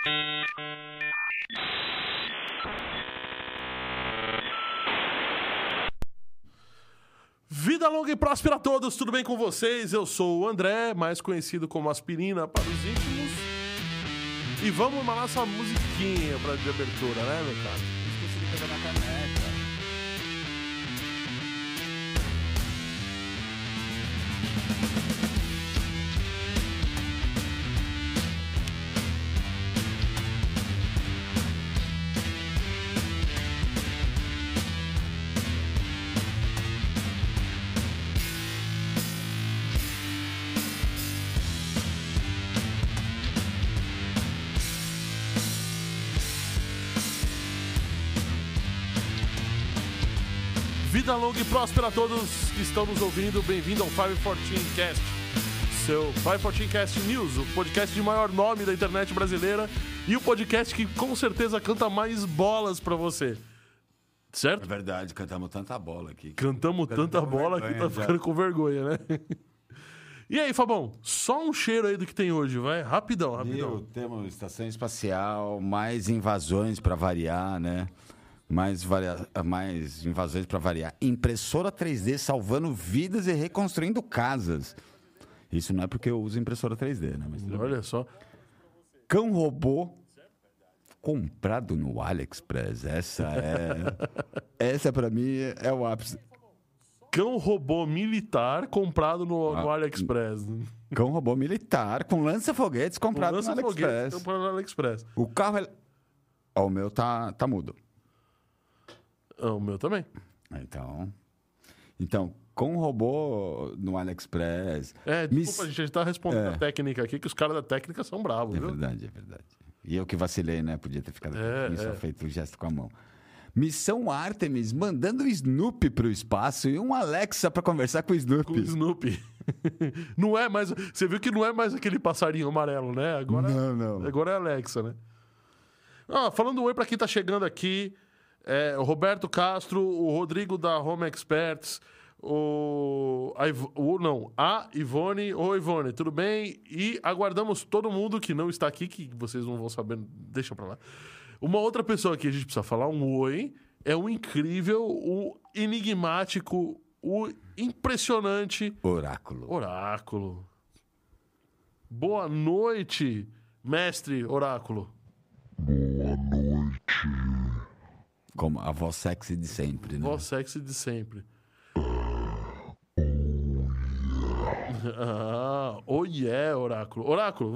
Vida longa e próspera a todos, tudo bem com vocês? Eu sou o André, mais conhecido como Aspirina para os íntimos. E vamos mandar nossa musiquinha de abertura, né, meu cara? Esqueci de pegar na caneca. Vida longa e próspera a todos que estão nos ouvindo. Bem-vindo ao 514cast, seu 514cast News, o podcast de maior nome da internet brasileira e o podcast que com certeza canta mais bolas pra você. Certo? É verdade, cantamos tanta bola aqui. Cantamos tanta bola que tá ficando com vergonha, né? E aí, Fabão, só um cheiro aí do que tem hoje, vai? Rapidão. Temos estação espacial, mais invasões para variar, né? Mais invasões para variar. Impressora 3D salvando vidas e reconstruindo casas. Isso não é porque eu uso impressora 3D, né? Mas olha só. Cão robô comprado no AliExpress. Essa para mim é o ápice. Cão robô militar comprado no AliExpress. Cão robô militar com lança-foguetes comprado no AliExpress. Comprado no AliExpress. O carro é... o meu tá mudo. O meu também. Então, com robô no AliExpress... Desculpa, a gente tá respondendo a técnica aqui, que os caras da técnica são bravos, viu? É verdade. E eu que vacilei, né? Podia ter ficado aqui, só feito o gesto com a mão. Missão Artemis, mandando o Snoopy pro espaço e um Alexa pra conversar com o Snoopy. Com o Snoopy. Não é mais... Você viu que não é mais aquele passarinho amarelo, né? Agora, não. Agora é Alexa, né? Falando oi pra quem tá chegando aqui... o Roberto Castro, o Rodrigo da Home Experts, a Ivone. Oi, Ivone, tudo bem? E aguardamos todo mundo que não está aqui, que vocês não vão saber, deixa pra lá. Uma outra pessoa que a gente precisa falar um oi é o incrível, o enigmático, o impressionante... Oráculo. Boa noite, mestre Oráculo. Boa noite. Como a voz sexy de sempre, né? Voz sexy de sempre. Oráculo. Oráculo,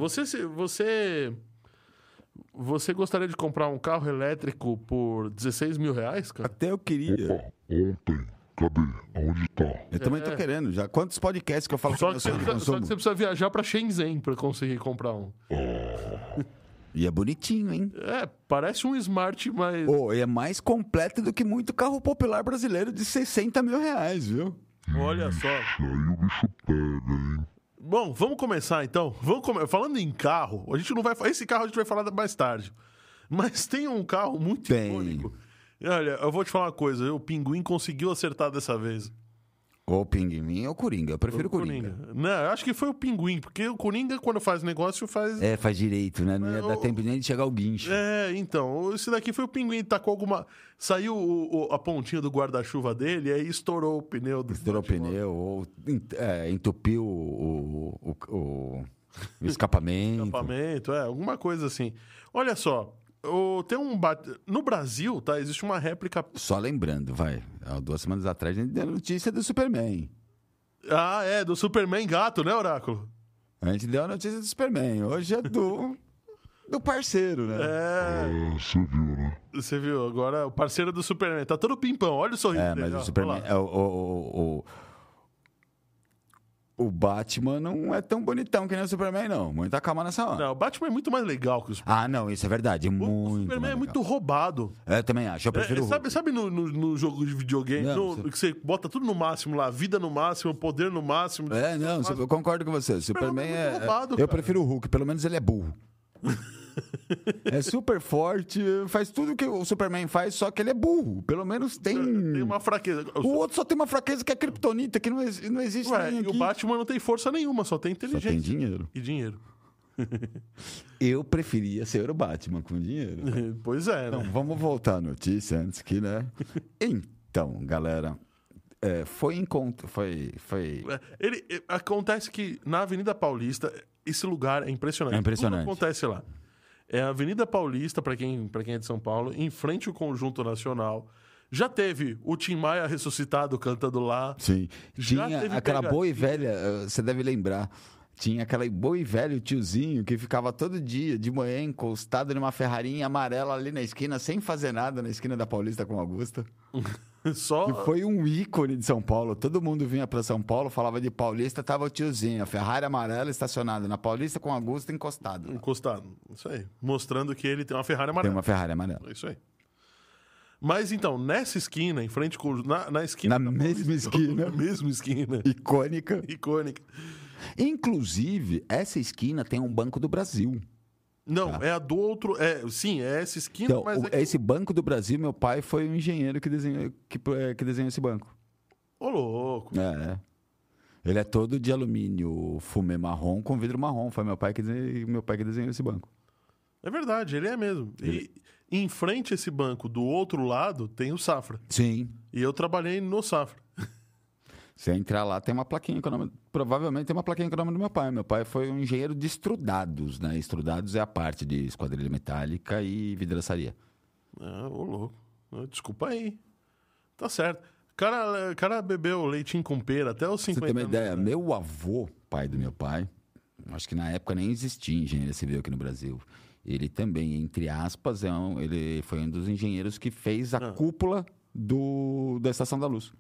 você gostaria de comprar um carro elétrico por 16 mil reais, cara? Até eu queria. Ontem. Cadê? Aonde tá? Eu também tô querendo já. Quantos podcasts que eu falo só que você precisa viajar pra Shenzhen pra conseguir comprar um. E é bonitinho, hein? Parece um Smart, mas... E é mais completo do que muito carro popular brasileiro de 60 mil reais, viu? Olha só. Aí o bicho pega, hein? Bom, vamos começar então. Falando em carro, a gente não vai... Esse carro a gente vai falar mais tarde. Mas tem um carro muito icônico. Olha, eu vou te falar uma coisa. O Pinguim conseguiu acertar dessa vez. Ou o Pinguim ou o Coringa. Eu prefiro o Coringa. Não, eu acho que foi o Pinguim, porque o Coringa, quando faz negócio, faz... Faz direito, né? Não ia dar tempo nem de chegar o guincho. Então, esse daqui foi o Pinguim, tacou alguma... Saiu a pontinha do guarda-chuva dele e aí estourou o pneu. Estourou o pneu, ou entupiu o escapamento. Alguma coisa assim. Olha só, tem no Brasil, tá? Existe uma réplica... Só lembrando, 2 semanas atrás a gente deu notícia do Superman. Do Superman gato, né, Oráculo? A gente deu a notícia do Superman. Hoje é do parceiro, né? Você viu, né? Você viu, agora o parceiro do Superman. Tá todo pimpão, olha o sorriso dele. Mas o Superman... O Batman não é tão bonitão que nem o Superman, não. Muita calma nessa hora. Não, o Batman é muito mais legal que o Superman. Não, isso é verdade. O Superman é muito roubado. Eu também acho. Eu prefiro sabe no jogo de videogame, que você bota tudo no máximo lá, vida no máximo, poder no máximo. Eu concordo com você. O Superman é roubado, eu prefiro o Hulk, pelo menos ele é burro. É super forte, faz tudo que o Superman faz, só que ele é burro. Pelo menos tem uma fraqueza. O outro só tem uma fraqueza que é kryptonita, que não existe nem aqui. E o Batman não tem força nenhuma, só tem inteligência. Só tem dinheiro. E dinheiro. Eu preferia ser o Batman com dinheiro. Pois é, Então, né? vamos voltar à notícia antes que, né? Então, galera, foi encontro, foi... Acontece que na Avenida Paulista, esse lugar é impressionante. É impressionante. Tudo acontece lá. É a Avenida Paulista, para quem é de São Paulo, em frente ao Conjunto Nacional. Já teve o Tim Maia ressuscitado cantando lá. Sim. Já Tinha teve aquela pegadinha. boa e velha, você deve lembrar, tinha aquela boa e velho tiozinho que ficava todo dia, de manhã, encostado numa Ferrarinha amarela ali na esquina, sem fazer nada, na esquina da Paulista com Augusta. Só Que foi um ícone de São Paulo. Todo mundo vinha para São Paulo, falava de Paulista, tava o tiozinho, a Ferrari amarela estacionada na Paulista com Augusta encostado. encostado. Isso aí. Mostrando que ele tem uma Ferrari Tem amarela. uma Ferrari amarela. É isso aí. Mas então, nessa esquina, em frente com. Na esquina. Na da mesma Paulista, esquina. Na mesma esquina. Icônica. Icônica. Inclusive, essa esquina tem um Banco do Brasil. Não, é a do outro. Sim, é essa esquina, Então, mas é que... esse Banco do Brasil, meu pai foi o engenheiro que desenhou esse banco. Ô, louco. É. Ele é todo de alumínio, fumê marrom com vidro marrom. Foi meu pai que desenhou esse banco. É verdade, ele é mesmo. E em frente a esse banco, do outro lado, tem o Safra. Sim. E eu trabalhei no Safra. Se entrar lá, tem uma plaquinha com o nome... Provavelmente tem uma plaquinha com o nome do meu pai. Meu pai foi um engenheiro de estrudados, né? Estrudados é a parte de esquadrilha metálica e vidraçaria. Ô, louco. Desculpa aí. Tá certo. O cara bebeu leitinho com pera até os Pra 50 você ter uma anos, ideia, né? meu avô, pai do meu pai, acho que na época nem existia engenharia civil aqui no Brasil. Ele também, entre aspas, ele foi um dos engenheiros que fez a cúpula da Estação da Luz.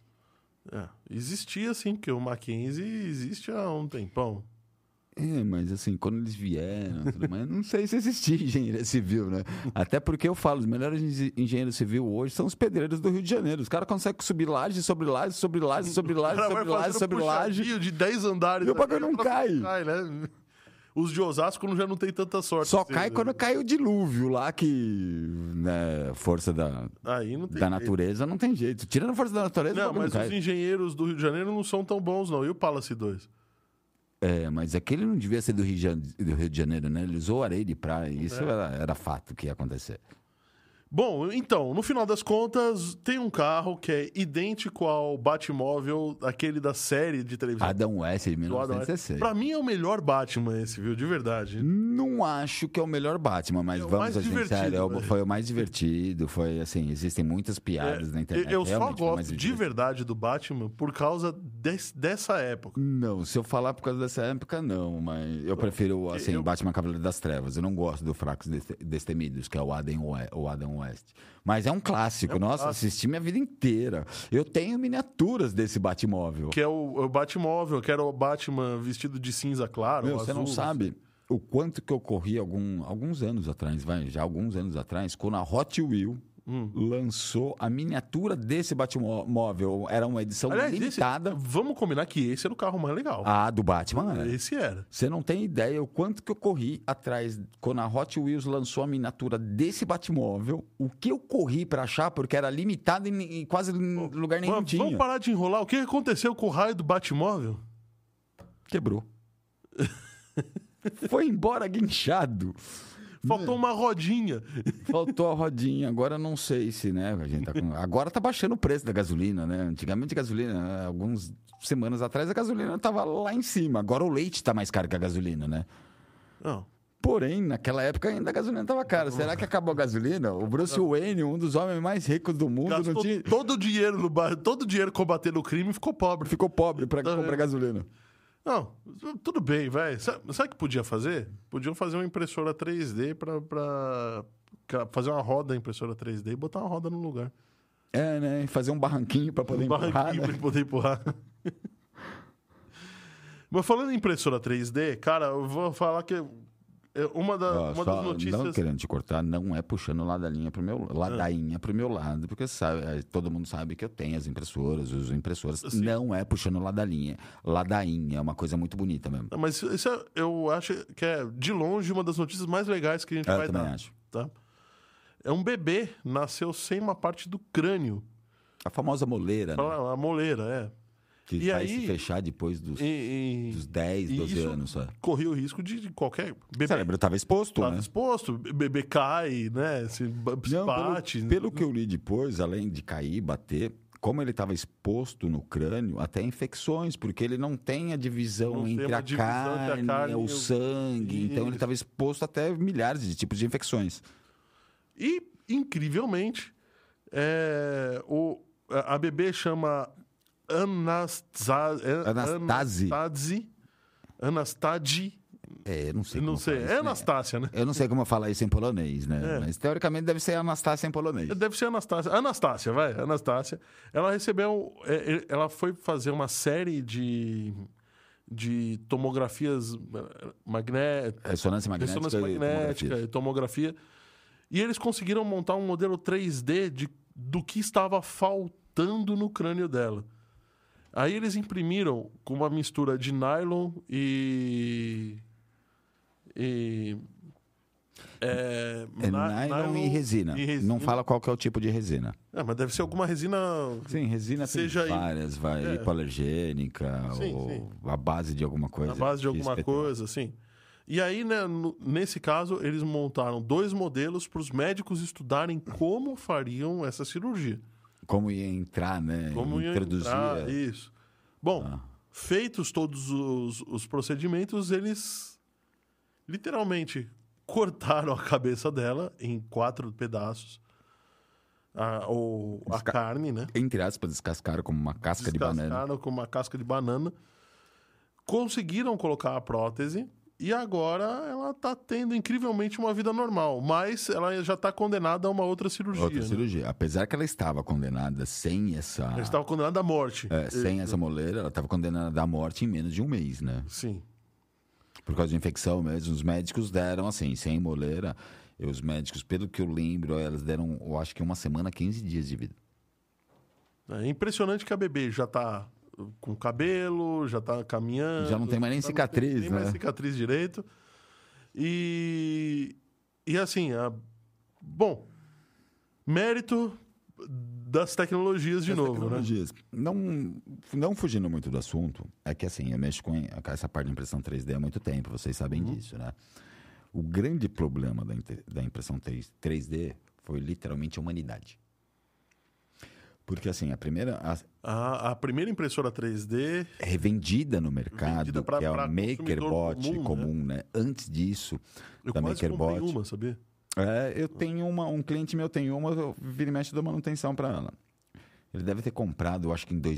Existia sim, porque o Mackenzie existe há um tempão. Mas assim, quando eles vieram, tudo mais, não sei se existia engenharia civil, né? Até porque eu falo, os melhores engenheiros civil hoje são os pedreiros do Rio de Janeiro. Os caras conseguem subir laje sobre laje, sobre laje, sobre laje, O cara sobre vai laje, fazendo sobre laje. puxadinho de 10 andares. E o bagulho ali, não pra cai. né? Os de Osasco já não tem tanta sorte. Só assim, cai né? quando cai o dilúvio lá, que né, força Aí não tem da jeito. natureza não tem jeito. Tirando a força da natureza, o Não, bagulho mas não os cai. engenheiros do Rio de Janeiro não são tão bons, não. E o Palace 2? Mas aquele não devia ser do Rio de Janeiro, né? Ele usou areia de praia. Isso era fato que ia acontecer. Bom, então, no final das contas, tem um carro que é idêntico ao Batmóvel, aquele da série de televisão. Adam West de do Adam West. 1960. Pra mim é o melhor Batman esse, viu? De verdade. Não acho que é o melhor Batman, mas É o vamos mais ser divertido, sinceros, né? foi o mais divertido. Foi assim, existem muitas piadas na internet. Eu só realmente foi o mais gosto de divertido. verdade do Batman por causa dessa época. Não, se eu falar por causa dessa época, não, mas eu prefiro, assim, Batman Cavaleiro das Trevas. Eu não gosto do Fracos Destemidos, que é o Adam West. Mas é um clássico, nossa, clássico. assisti minha vida inteira. Eu tenho miniaturas desse Batmóvel. Que é o Batmóvel, que era o Batman vestido de cinza claro, Meu, azul. você não sabe o quanto que eu corri alguns anos atrás, já alguns anos atrás, quando a Hot Wheels lançou a miniatura desse Batmóvel. Era uma edição Aliás, limitada. vamos combinar que esse era o carro mais legal. Ah, do Batman, é. Esse era. Você não tem ideia o quanto que eu corri atrás quando a Hot Wheels lançou a miniatura desse Batmóvel, o que eu corri pra achar, porque era limitado em quase lugar nenhum tinha. Vamos parar de enrolar. O que aconteceu com o raio do Batmóvel? Quebrou. Foi embora guinchado. Faltou uma rodinha. Faltou a rodinha. Agora não sei se, né? Agora tá baixando o preço da gasolina, né? Antigamente a gasolina, algumas semanas atrás, a gasolina tava lá em cima. Agora o leite tá mais caro que a gasolina, né? Não. Porém, naquela época ainda a gasolina estava cara. Será que acabou a gasolina? O Bruce Wayne, um dos homens mais ricos do mundo, Gastou não tinha... todo o dinheiro no bar, todo o dinheiro combatendo o crime e ficou pobre. ficou pobre para comprar gasolina. Não, tudo bem, vai. Sabe o que podia fazer? Podiam fazer uma impressora 3D pra fazer uma roda impressora 3D e botar uma roda no lugar. É, né? Fazer um barranquinho para poder empurrar, Barranquinho né? pra poder empurrar. Mas falando em impressora 3D, cara, eu vou falar que uma das notícias... Não querendo te cortar, não é puxando ladainha pro meu lado, porque sabe, todo mundo sabe que eu tenho as impressoras, uso impressoras. Sim. Não é puxando ladainha. Ladainha é uma coisa muito bonita mesmo. Não, mas isso eu acho que é, de longe, uma das notícias mais legais que a gente vai também dar. acho. Tá? É um bebê, nasceu sem uma parte do crânio. A famosa moleira, né? A moleira, é. Que E vai aí- se fechar depois dos E 10, 12 isso anos. Só. corria o risco de qualquer O bebê cérebro estava exposto, estava né? exposto, bebê cai, né? Se Não, bate. pelo que eu li depois, além de cair, bater, como ele estava exposto no crânio, até infecções, porque ele não tem a divisão Não tem entre uma a divisão carne, entre a carne o e o- sangue. Então ele Isso. estava exposto até milhares de tipos de infecções. E, incrivelmente, a bebê chama Anastasi. É, eu não sei Eu não como sei. fala É isso, né? Anastácia, né? Eu não sei como falar isso em polonês, né? É. Mas teoricamente deve ser Anastácia em polonês. Deve ser Anastácia. Anastácia, vai. Anastácia. Ela recebeu. Ela foi fazer uma série de tomografias magnéticas. Ressonância magnética, Ressonância e magnética tomografia. e tomografia. E eles conseguiram montar um modelo 3D do que estava faltando no crânio dela. Aí eles imprimiram com uma mistura de nylon e Nylon e resina. Não fala qual que é o tipo de resina. Mas deve ser alguma resina. Sim, resina tem Seja aí- várias, vai, hipoalergênica, Sim, ou sim. a base de alguma coisa. Na base de alguma XPTO. coisa, assim. E aí, né, nesse caso, eles montaram 2 modelos para os médicos estudarem como fariam essa cirurgia. Como ia entrar, né? Como ia Introduzir. entrar, isso. Bom, feitos todos os procedimentos, eles literalmente cortaram a cabeça dela em 4 pedaços. A carne, né? Entre aspas, descascaram como uma casca de banana. Descascaram com uma casca de banana. Conseguiram colocar a prótese. E agora ela está tendo, incrivelmente, uma vida normal. Mas ela já está condenada a uma outra cirurgia. Outra né? cirurgia. Apesar que ela estava condenada sem essa. Ela estava condenada à morte. Sem essa moleira, ela estava condenada à morte em menos de um mês, né? Sim. Por causa de infecção mesmo. Os médicos deram assim, sem moleira. E os médicos, pelo que eu lembro, elas deram, eu acho que 1 semana, 15 dias de vida. É impressionante que a bebê já está com cabelo, já está caminhando. Já não tem mais nem cicatriz, não tem mais né? cicatriz direito. E assim, bom, mérito das tecnologias de As novo, tecnologias. Não fugindo muito do assunto, é que assim, eu mexo com essa parte de impressão 3D há muito tempo, vocês sabem disso, né? O grande problema da impressão 3D foi literalmente a humanidade. Porque assim, a primeira A primeira impressora 3D... revendida no mercado, Vendida pra que é a consumidor MakerBot comum, né? Antes disso, Eu da quase comprei MakerBot. uma, sabia? Eu tenho um cliente meu tem uma, eu vira e mexe dou manutenção para ela. Ele deve ter comprado, eu acho que em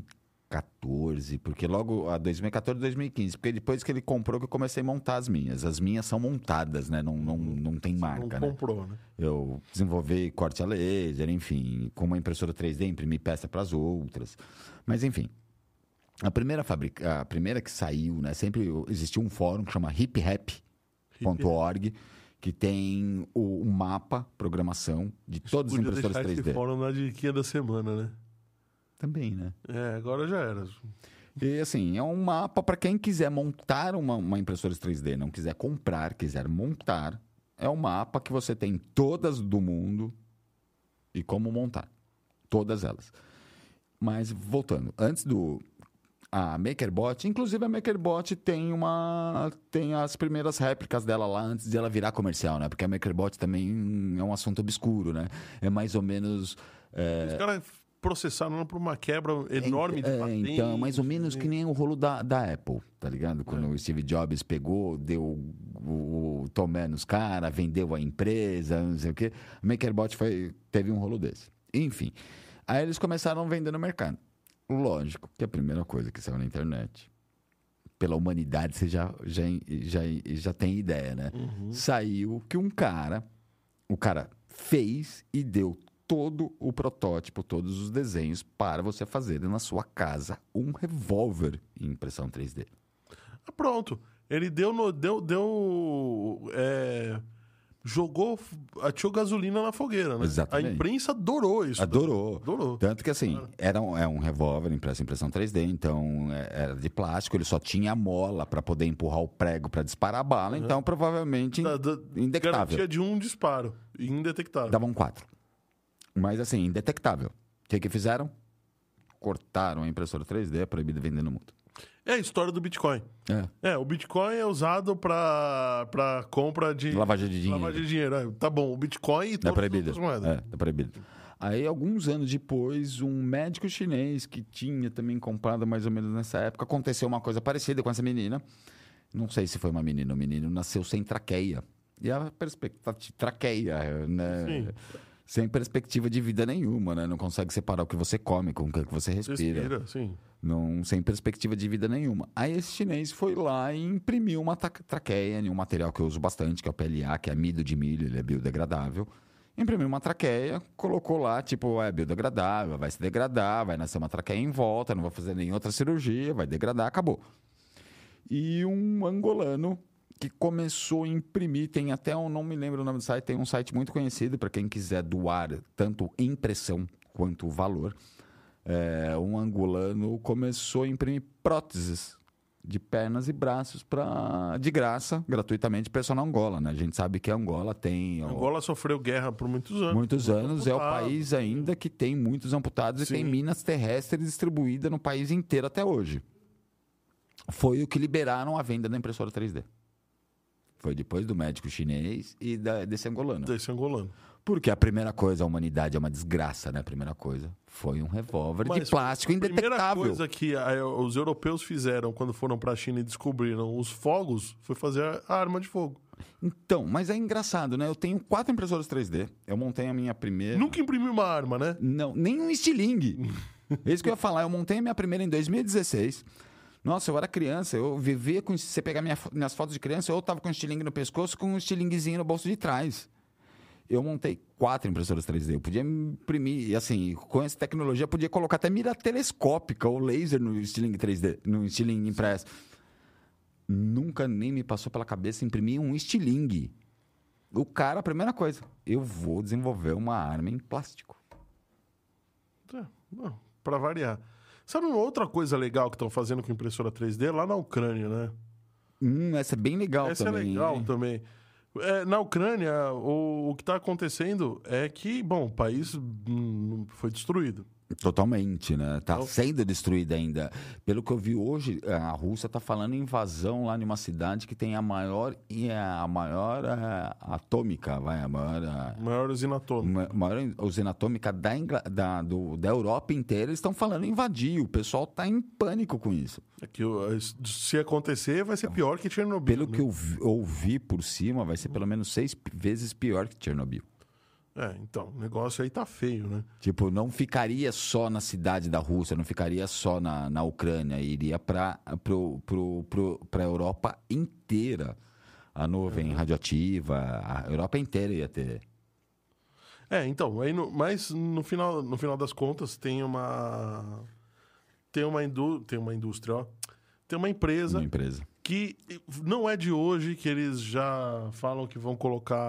2014, porque logo a 2014, 2015, porque depois que ele comprou que eu comecei a montar as minhas. As minhas são montadas, né? Não tem marca, Não né? comprou, né? Eu desenvolvi corte a laser, enfim, com uma impressora 3D imprimi peça para as outras. Mas enfim, a primeira que saiu, né? Sempre existiu um fórum que chama hiprap.org, que tem o mapa, programação de todas as Podia impressoras deixar 3D. esse fórum na diquinha da semana, né? Também, né? Agora já era. E assim, é um mapa para quem quiser montar uma impressora 3D, não quiser comprar, quiser montar. É um mapa que você tem todas do mundo e como montar. Todas elas. Mas voltando, antes a MakerBot, inclusive a MakerBot tem as primeiras réplicas dela lá antes de ela virar comercial, né? Porque a MakerBot também é um assunto obscuro, né? É mais ou menos... Os caras processaram ela por uma quebra enorme de patentes. Então, mais ou menos que nem o rolo da Apple, tá ligado? Quando o Steve Jobs pegou, deu o tomé nos caras, vendeu a empresa, não sei o quê. A MakerBot teve um rolo desse. Enfim, aí eles começaram a vender no mercado. Lógico que a primeira coisa que saiu na internet, pela humanidade, você já tem ideia, né? Saiu que o cara fez e deu todo o protótipo, todos os desenhos para você fazer na sua casa um revólver em impressão 3D. Pronto. Ele jogou, atirou gasolina na fogueira, né? Exatamente. A imprensa adorou isso. Adorou. Tanto que assim, é um revólver impresso em impressão 3D, então era de plástico, ele só tinha a mola para poder empurrar o prego para disparar a bala, então provavelmente indetectável. Garantia de um disparo, indetectável. Davam 4. Mas assim, indetectável. O que fizeram? cortaram a impressora 3D, é proibido vender no mundo. É a história do Bitcoin. O Bitcoin é usado para compra de... Lavagem de dinheiro. Lavagem de dinheiro. Tá bom, o Bitcoin e todas as outras moedas. É proibido. Aí, alguns anos depois, um médico chinês que tinha também comprado mais ou menos nessa época, aconteceu uma coisa parecida com essa menina. Não sei se foi uma menina. O menino nasceu sem traqueia. E a traqueia, né? Sim. Sem perspectiva de vida nenhuma, né? Não consegue separar o que você come com o que você respira. Sim. Não, sem perspectiva de vida nenhuma. Aí esse chinês foi lá e imprimiu uma traqueia em um material que eu uso bastante, que é o PLA, que é amido de milho, ele é biodegradável. Imprimiu uma traqueia, colocou lá, tipo, é biodegradável, vai se degradar, vai nascer uma traqueia em volta, não vou fazer nem outra cirurgia, vai degradar, acabou. E um angolano que começou a imprimir, tem até não me lembro o nome do site, tem um site muito conhecido para quem quiser doar tanto impressão quanto valor. Um angolano começou a imprimir próteses de pernas e braços de graça, gratuitamente, para Angola, né? A gente sabe que a Angola tem... Angola sofreu guerra por muitos anos. Muitos anos, é o país ainda que tem muitos amputados. Sim. E tem minas terrestres distribuídas no país inteiro até hoje. Foi o que liberaram a venda da impressora 3D. Foi depois do médico chinês e desse angolano. Porque a primeira coisa, a humanidade é uma desgraça, né? A primeira coisa foi um revólver de plástico indetectável. A primeira coisa que os europeus fizeram quando foram para a China e descobriram os fogos foi fazer a arma de fogo. Então, mas é engraçado, né? Eu tenho 4 impressoras 3D. Eu montei a minha primeira... Nunca imprimi uma arma, né? Não, nem um estilingue. É isso que eu ia falar. Eu montei a minha primeira em 2016. Nossa, eu era criança, eu vivia com... Se você pegar minhas fotos de criança, eu tava com um estilingue no pescoço, com um estilinguezinho no bolso de trás. Eu montei 4 impressoras 3D. Eu podia imprimir, e assim, com essa tecnologia, eu podia colocar até mira telescópica ou laser no estilingue 3D, no estilingue impresso. Nunca nem me passou pela cabeça imprimir um estilingue. O cara, a primeira coisa, eu vou desenvolver uma arma em plástico. Para variar. Sabe uma outra coisa legal que estão fazendo com impressora 3D? Lá na Ucrânia, né? Essa é bem legal também. Essa é legal também. Na Ucrânia, o que está acontecendo é que, bom, o país foi destruído. Totalmente, né? Está sendo destruída ainda. Pelo que eu vi hoje, a Rússia está falando em invasão lá numa cidade que tem a maior atômica, a maior usina atômica. Maior usina atômica da Europa inteira. Eles estão falando em invadir. O pessoal está em pânico com isso. Se acontecer, vai ser pior que Chernobyl. Pelo que eu ouvi por cima, vai ser pelo menos 6 vezes pior que Chernobyl. Então, o negócio aí tá feio, né? Tipo, não ficaria só na cidade da Rússia, não ficaria só na Ucrânia, iria para a Europa inteira. A nuvem radioativa, a Europa inteira ia ter. Então, mas no final das contas tem uma indústria, ó. Tem uma empresa que não é de hoje que eles já falam que vão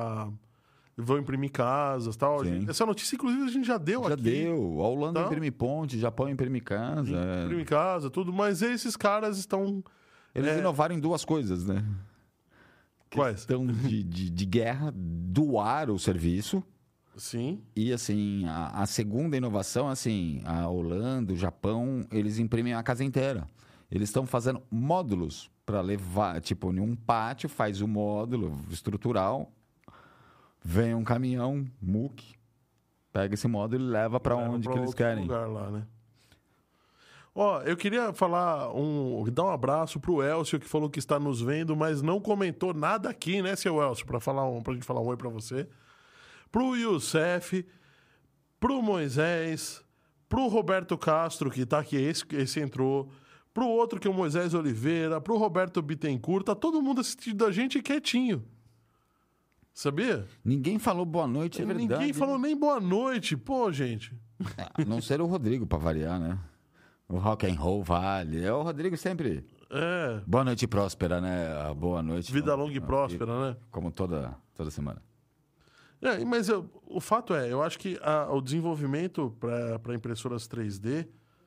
imprimir casas e tal. Essa notícia, inclusive, a gente já deu aqui. Já deu. A Holanda imprime ponte, Japão imprime casa. Imprime casa, tudo. Mas esses caras estão... Eles inovaram em 2 coisas, né? Quais? Questão de guerra, doar o serviço. Sim. E, assim, a segunda inovação, assim, a Holanda, o Japão, eles imprimem a casa inteira. Eles estão fazendo módulos para levar, tipo, em um pátio, faz o módulo estrutural... Vem um caminhão, MUC, pega esse módulo e leva para onde que eles querem. Lugar lá, né? Eu queria dar um abraço pro Elcio, que falou que está nos vendo, mas não comentou nada aqui, né, seu Elcio, pra gente falar um oi pra você. Pro Youssef, pro Moisés, pro Roberto Castro, que tá aqui, esse entrou, pro outro que é o Moisés Oliveira, pro Roberto Bittencourt, tá todo mundo assistindo a gente quietinho. Sabia? Ninguém falou boa noite, é verdade. Ninguém falou nem boa noite. Pô, gente. A não ser o Rodrigo, pra variar, né? O Rock and Roll vale. O Rodrigo sempre... Boa noite próspera, né? Boa noite. Vida longa e próspera, né? Como toda semana. Mas o fato é, eu acho que o desenvolvimento para impressoras 3D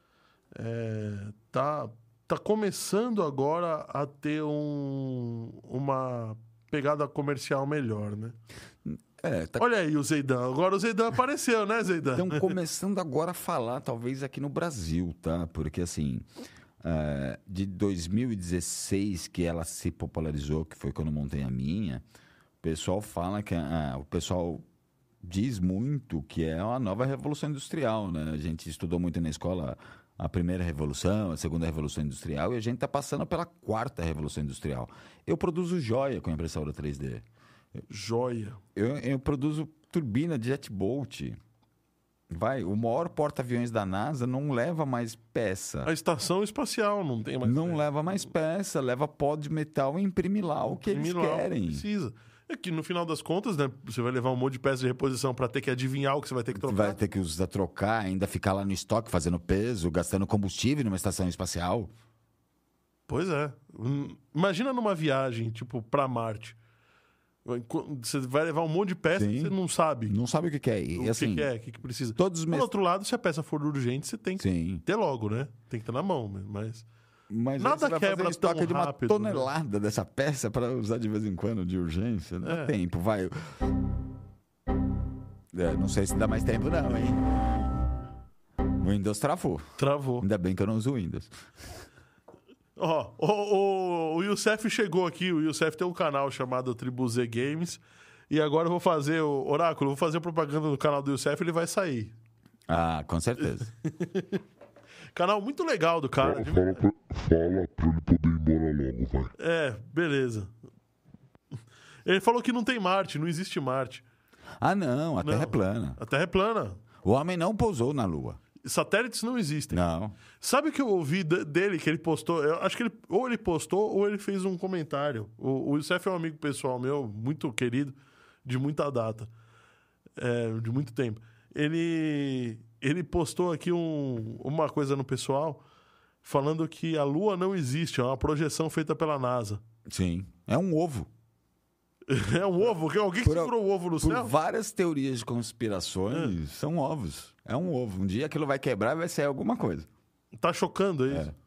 tá começando agora a ter uma... pegada comercial melhor, né? Olha aí o Zeidan. Agora o Zeidan apareceu, né, Zeidan? Estão começando agora a falar, talvez aqui no Brasil, tá? Porque, assim, de 2016 que ela se popularizou, que foi quando eu montei a minha, o pessoal fala que... o pessoal diz muito que é uma nova revolução industrial, né? A gente estudou muito na escola a primeira revolução, a segunda revolução industrial, e a gente está passando pela quarta revolução industrial. Eu produzo joia com impressora 3D. Joia. Eu produzo turbina de jet boat. O maior porta-aviões da NASA não leva mais peça. A estação espacial não tem mais. Não leva mais peça, leva pó de metal e imprime lá o que eles querem. Precisa. É que no final das contas, né, você vai levar um monte de peça de reposição para ter que adivinhar o que você vai ter que trocar. Vai ter que usar, trocar, ainda ficar lá no estoque fazendo peso, gastando combustível numa estação espacial. Pois é. Imagina numa viagem, tipo, para Marte. Você vai levar um monte de peça que você não sabe. Não sabe o que é. E, assim, o que precisa. Todos os Do outro lado, se a peça for urgente, você tem que ter logo, né? Tem que estar na mão, mas nada você quebra vai fazer estoque tão de uma rápido, tonelada dessa peça para usar de vez em quando de urgência. Não dá tempo, vai. Não sei se dá mais tempo não, hein? O Windows travou. Ainda bem que eu não uso o Windows. O Youssef chegou aqui. O Youssef tem um canal chamado Tribu Z Games. E agora eu vou fazer o Oráculo, vou fazer a propaganda do canal do Youssef, ele vai sair. Ah, com certeza. Canal muito legal do cara. Fala pra ele poder ir embora logo, vai. Beleza. Ele falou que não tem Marte, não existe Marte. Ah, não, a Terra é plana. A Terra é plana. O homem não pousou na Lua. Satélites não existem. Não. Sabe o que eu ouvi dele, que ele postou? Eu acho que ele postou ou ele fez um comentário. O Youssef é um amigo pessoal meu, muito querido, de muita data, de muito tempo. Ele postou aqui uma coisa no pessoal, falando que a Lua não existe, é uma projeção feita pela NASA. Sim, é um ovo. É um ovo? Alguém que segurou o ovo no céu? Por várias teorias de conspirações, são ovos. É um ovo. Um dia aquilo vai quebrar e vai sair alguma coisa. Tá chocando, é isso?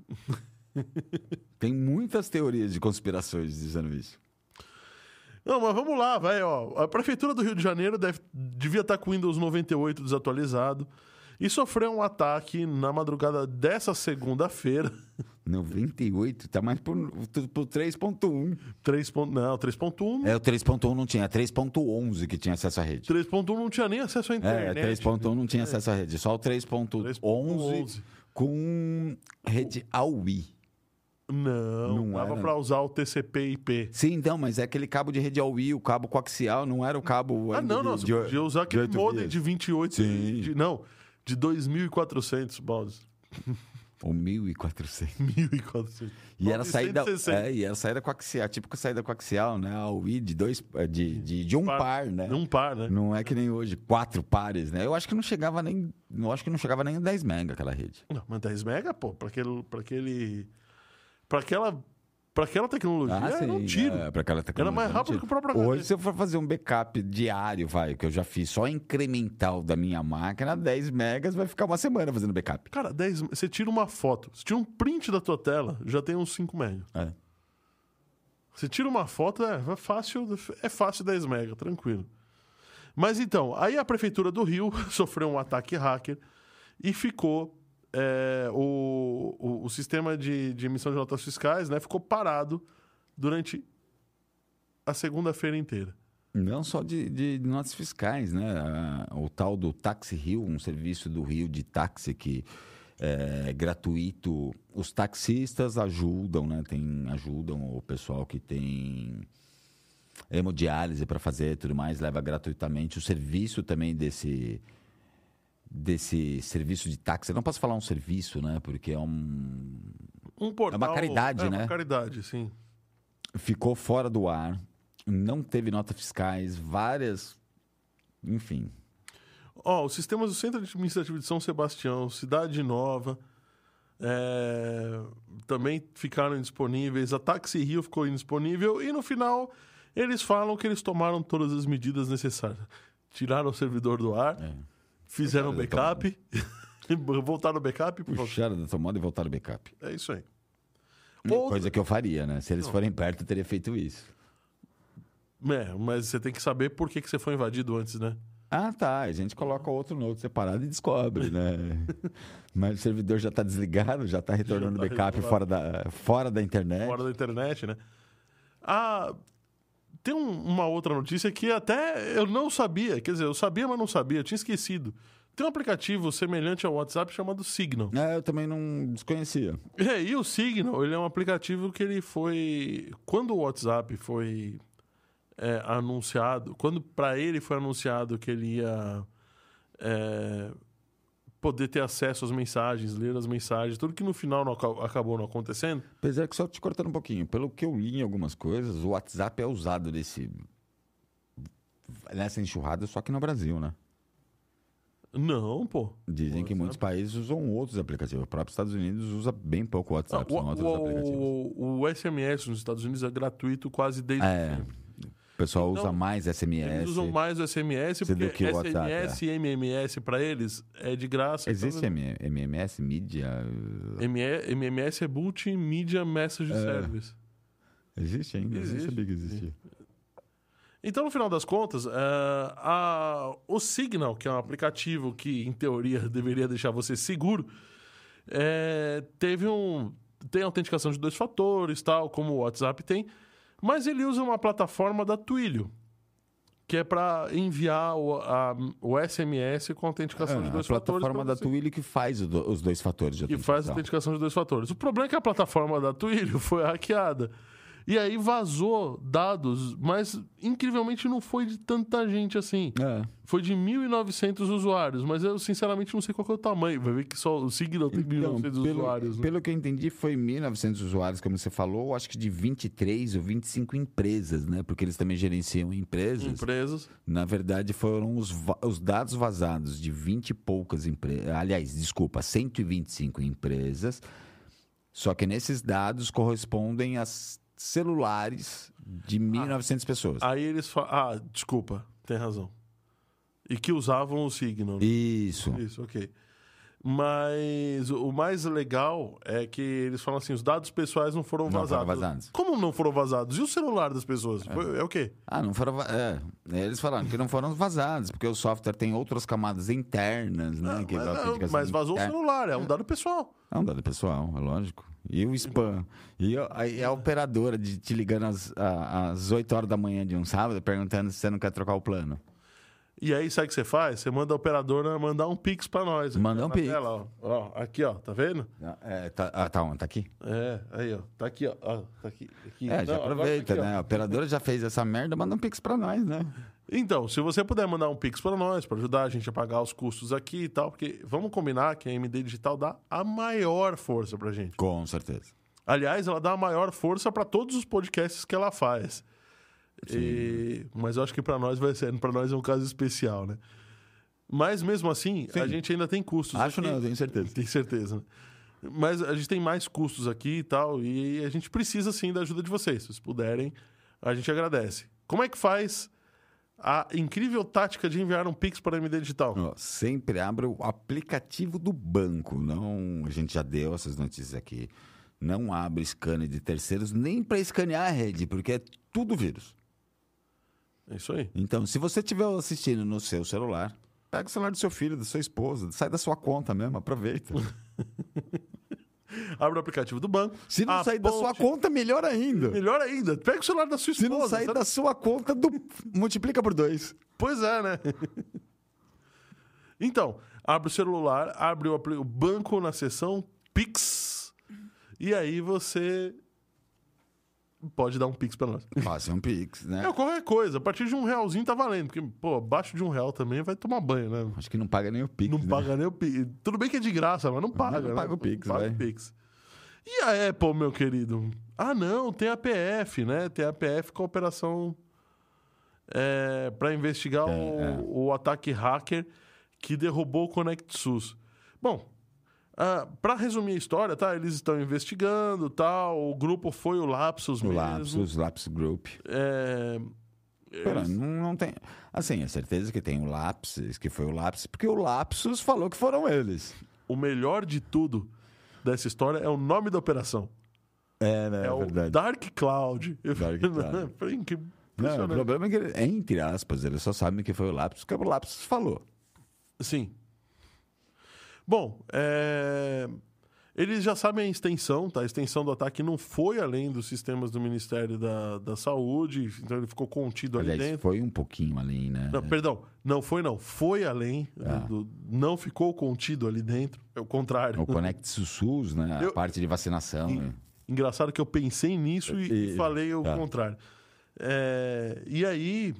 Tem muitas teorias de conspirações dizendo isso. Não, mas vamos lá, vai, ó. A Prefeitura do Rio de Janeiro devia estar com o Windows 98 desatualizado e sofreu um ataque na madrugada dessa segunda-feira. 98? Tá mais por 3.1. 3.1. O 3.1 não tinha, 3.11 que tinha acesso à rede. 3.1 não tinha nem acesso à internet. 3.1 não tinha acesso à rede, só o 3.11 com rede AUI. Não dava para usar o TCP/IP. Sim, então, mas é aquele cabo de rede AUI, o cabo coaxial, não era o cabo... não, você podia usar aquele modem de 28... Sim. De 2.400 baldes. Ou 1.400. 1.400. E era saída coaxial, típico saída coaxial, né? A UI de um par, né? De um par, né? Não é que nem hoje, 4 pares, né? Eu acho que não chegava nem a 10 mega aquela rede. Não, mas 10 mega, pô, para aquela tecnologia era um tiro. Para aquela tecnologia. Era mais rápido que o próprio HD. Hoje, se eu for fazer um backup diário, que eu já fiz só incremental da minha máquina, 10 megas vai ficar uma semana fazendo backup. Cara, você tira uma foto, você tira um print da tua tela, já tem uns 5 megas. Você tira uma foto, é fácil 10 megas, tranquilo. Mas então, aí a Prefeitura do Rio sofreu um ataque hacker e ficou... o sistema de emissão de notas fiscais, né, ficou parado durante a segunda-feira inteira. Não só de notas fiscais, né? O tal do Táxi Rio, um serviço do Rio de táxi que é gratuito. Os taxistas ajudam, né? Ajudam o pessoal que tem hemodiálise para fazer e tudo mais, leva gratuitamente. O serviço também desse serviço de táxi. Eu não posso falar um serviço, né? Porque é um portal, é uma caridade, né? É uma caridade, sim. Ficou fora do ar, não teve notas fiscais, várias... Enfim. Os sistemas do Centro Administrativo de São Sebastião, Cidade Nova, também ficaram indisponíveis. A Táxi Rio ficou indisponível e, no final, eles falam que eles tomaram todas as medidas necessárias. Tiraram o servidor do ar... Fizeram o backup, voltaram no backup. Puxaram da tomada e voltaram no backup. É isso aí. Coisa que eu faria, né? Se eles forem perto, eu teria feito isso. Mas você tem que saber por que você foi invadido antes, né? Ah, tá. A gente coloca outro node separado e descobre, né? Mas o servidor já está desligado, já está retornando backup fora da internet. Fora da internet, né? Tem uma outra notícia que até eu não sabia. Quer dizer, eu sabia, mas não sabia. Eu tinha esquecido. Tem um aplicativo semelhante ao WhatsApp chamado Signal. Eu também não desconhecia. E o Signal, ele é um aplicativo que ele foi... Quando o WhatsApp foi anunciado... Quando para ele foi anunciado que ele ia poder ter acesso às mensagens, ler as mensagens, tudo que no final acabou não acontecendo. Apesar que só te cortando um pouquinho, pelo que eu li em algumas coisas, o WhatsApp é usado nessa enxurrada só que no Brasil, né? Não, pô. Dizem que muitos países usam outros aplicativos. O próprio Estados Unidos usa bem pouco o WhatsApp, são outros aplicativos. O SMS nos Estados Unidos é gratuito quase desde sempre. O pessoal usa mais SMS. Eles usam mais o SMS porque do que o WhatsApp, SMS e MMS para eles é de graça. Existe MMS, mídia? MMS é Multimedia Message Service. Existe ainda? Eu não sabia que existia. Então, no final das contas, o Signal, que é um aplicativo que, em teoria, deveria deixar você seguro, tem autenticação de 2 fatores, tal, como o WhatsApp tem, mas ele usa uma plataforma da Twilio, que é para enviar o SMS com autenticação de 2 fatores. A plataforma da Twilio que faz os 2 fatores de autenticação. Que faz a autenticação de 2 fatores. O problema é que a plataforma da Twilio foi hackeada. E aí vazou dados, mas incrivelmente não foi de tanta gente assim. Foi de 1.900 usuários, mas eu sinceramente não sei qual que é o tamanho. Vai ver que só o Signal tem 1.900 usuários. Pelo que eu entendi, foi 1.900 usuários, como você falou, acho que de 23 ou 25 empresas, né? Porque eles também gerenciam empresas. Na verdade, foram os dados vazados de 20 e poucas empresas. Aliás, desculpa, 125 empresas. Só que nesses dados correspondem às celulares de 1.900 pessoas. Aí eles falam... desculpa, tem razão. E que usavam o Signal. Né? Isso, ok. Mas o mais legal é que eles falam assim, os dados pessoais não foram vazados. Como não foram vazados? E o celular das pessoas? É o quê? Não foram... Eles falaram que não foram vazados, porque o software tem outras camadas internas, né? Mas vazou o celular, é um dado pessoal. É um dado pessoal, é lógico. E o spam. E a operadora te ligando às 8 horas da manhã de um sábado, perguntando se você não quer trocar o plano. E aí, sabe o que você faz? Você manda a operadora mandar um Pix pra nós. Manda um Pix. Tela, ó. Aqui, ó. Tá vendo? Tá onde? Tá aqui? Aí, ó. Tá aqui, ó. Tá aqui. Já aproveita, né? A operadora já fez essa merda, manda um Pix pra nós, né? Então, se você puder mandar um Pix pra nós, pra ajudar a gente a pagar os custos aqui e tal, porque vamos combinar que a MD Digital dá a maior força pra gente. Com certeza. Aliás, ela dá a maior força pra todos os podcasts que ela faz. Mas eu acho que para nós é um caso especial, né? Mas mesmo assim, a gente ainda tem custos. Acho aqui. Não, tenho certeza. Tem certeza. Né? Mas a gente tem mais custos aqui e tal, e a gente precisa sim da ajuda de vocês. Se vocês puderem, a gente agradece. Como é que faz a incrível tática de enviar um Pix para a MD Digital? Sempre abra o aplicativo do banco. A gente já deu essas notícias aqui. Não abre scanner de terceiros, nem para escanear a rede, porque é tudo vírus. É isso aí. Então, se você estiver assistindo no seu celular, pega o celular do seu filho, da sua esposa, sai da sua conta mesmo, aproveita. Abre o aplicativo do banco. Se não sair da sua conta, melhor ainda. Melhor ainda. Pega o celular da sua esposa. Se não sair da sua conta, multiplica por 2. Pois é, né? Então, abre o celular, abre o banco na seção Pix, e aí você... pode dar um Pix pra nós. Faça um Pix, né? Qualquer coisa. A partir de R$1 tá valendo. Porque, abaixo de R$1 também vai tomar banho, né? Acho que não paga nem o Pix. Não paga nem o Pix. Tudo bem que é de graça, mas não paga. Não paga o Pix, paga o Pix. E a Apple, meu querido? Não, tem a PF, né? Tem a PF com a operação para investigar o ataque hacker que derrubou o ConnectSUS. Bom, para resumir a história, tá? Eles estão investigando, tal. O grupo foi o Lapsus mesmo. O Lapsus Group. Não tem... Assim, é certeza que tem o Lapsus, que foi o Lapsus, porque o Lapsus falou que foram eles. O melhor de tudo dessa história é o nome da operação. Né? É o verdade. Dark Cloud. Não, o problema é que, entre aspas, eles só sabem que foi o Lapsus, que o Lapsus falou. Sim. Bom, eles já sabem a extensão, tá? A extensão do ataque não foi além dos sistemas do Ministério da Saúde, então ele ficou contido ali Aliás, dentro. foi um pouquinho além, né? Não, perdão, não. Foi além, não ficou contido ali dentro, é o contrário. O Conect SUS, né? A parte de vacinação. Engraçado que eu pensei nisso e falei o contrário. E aí,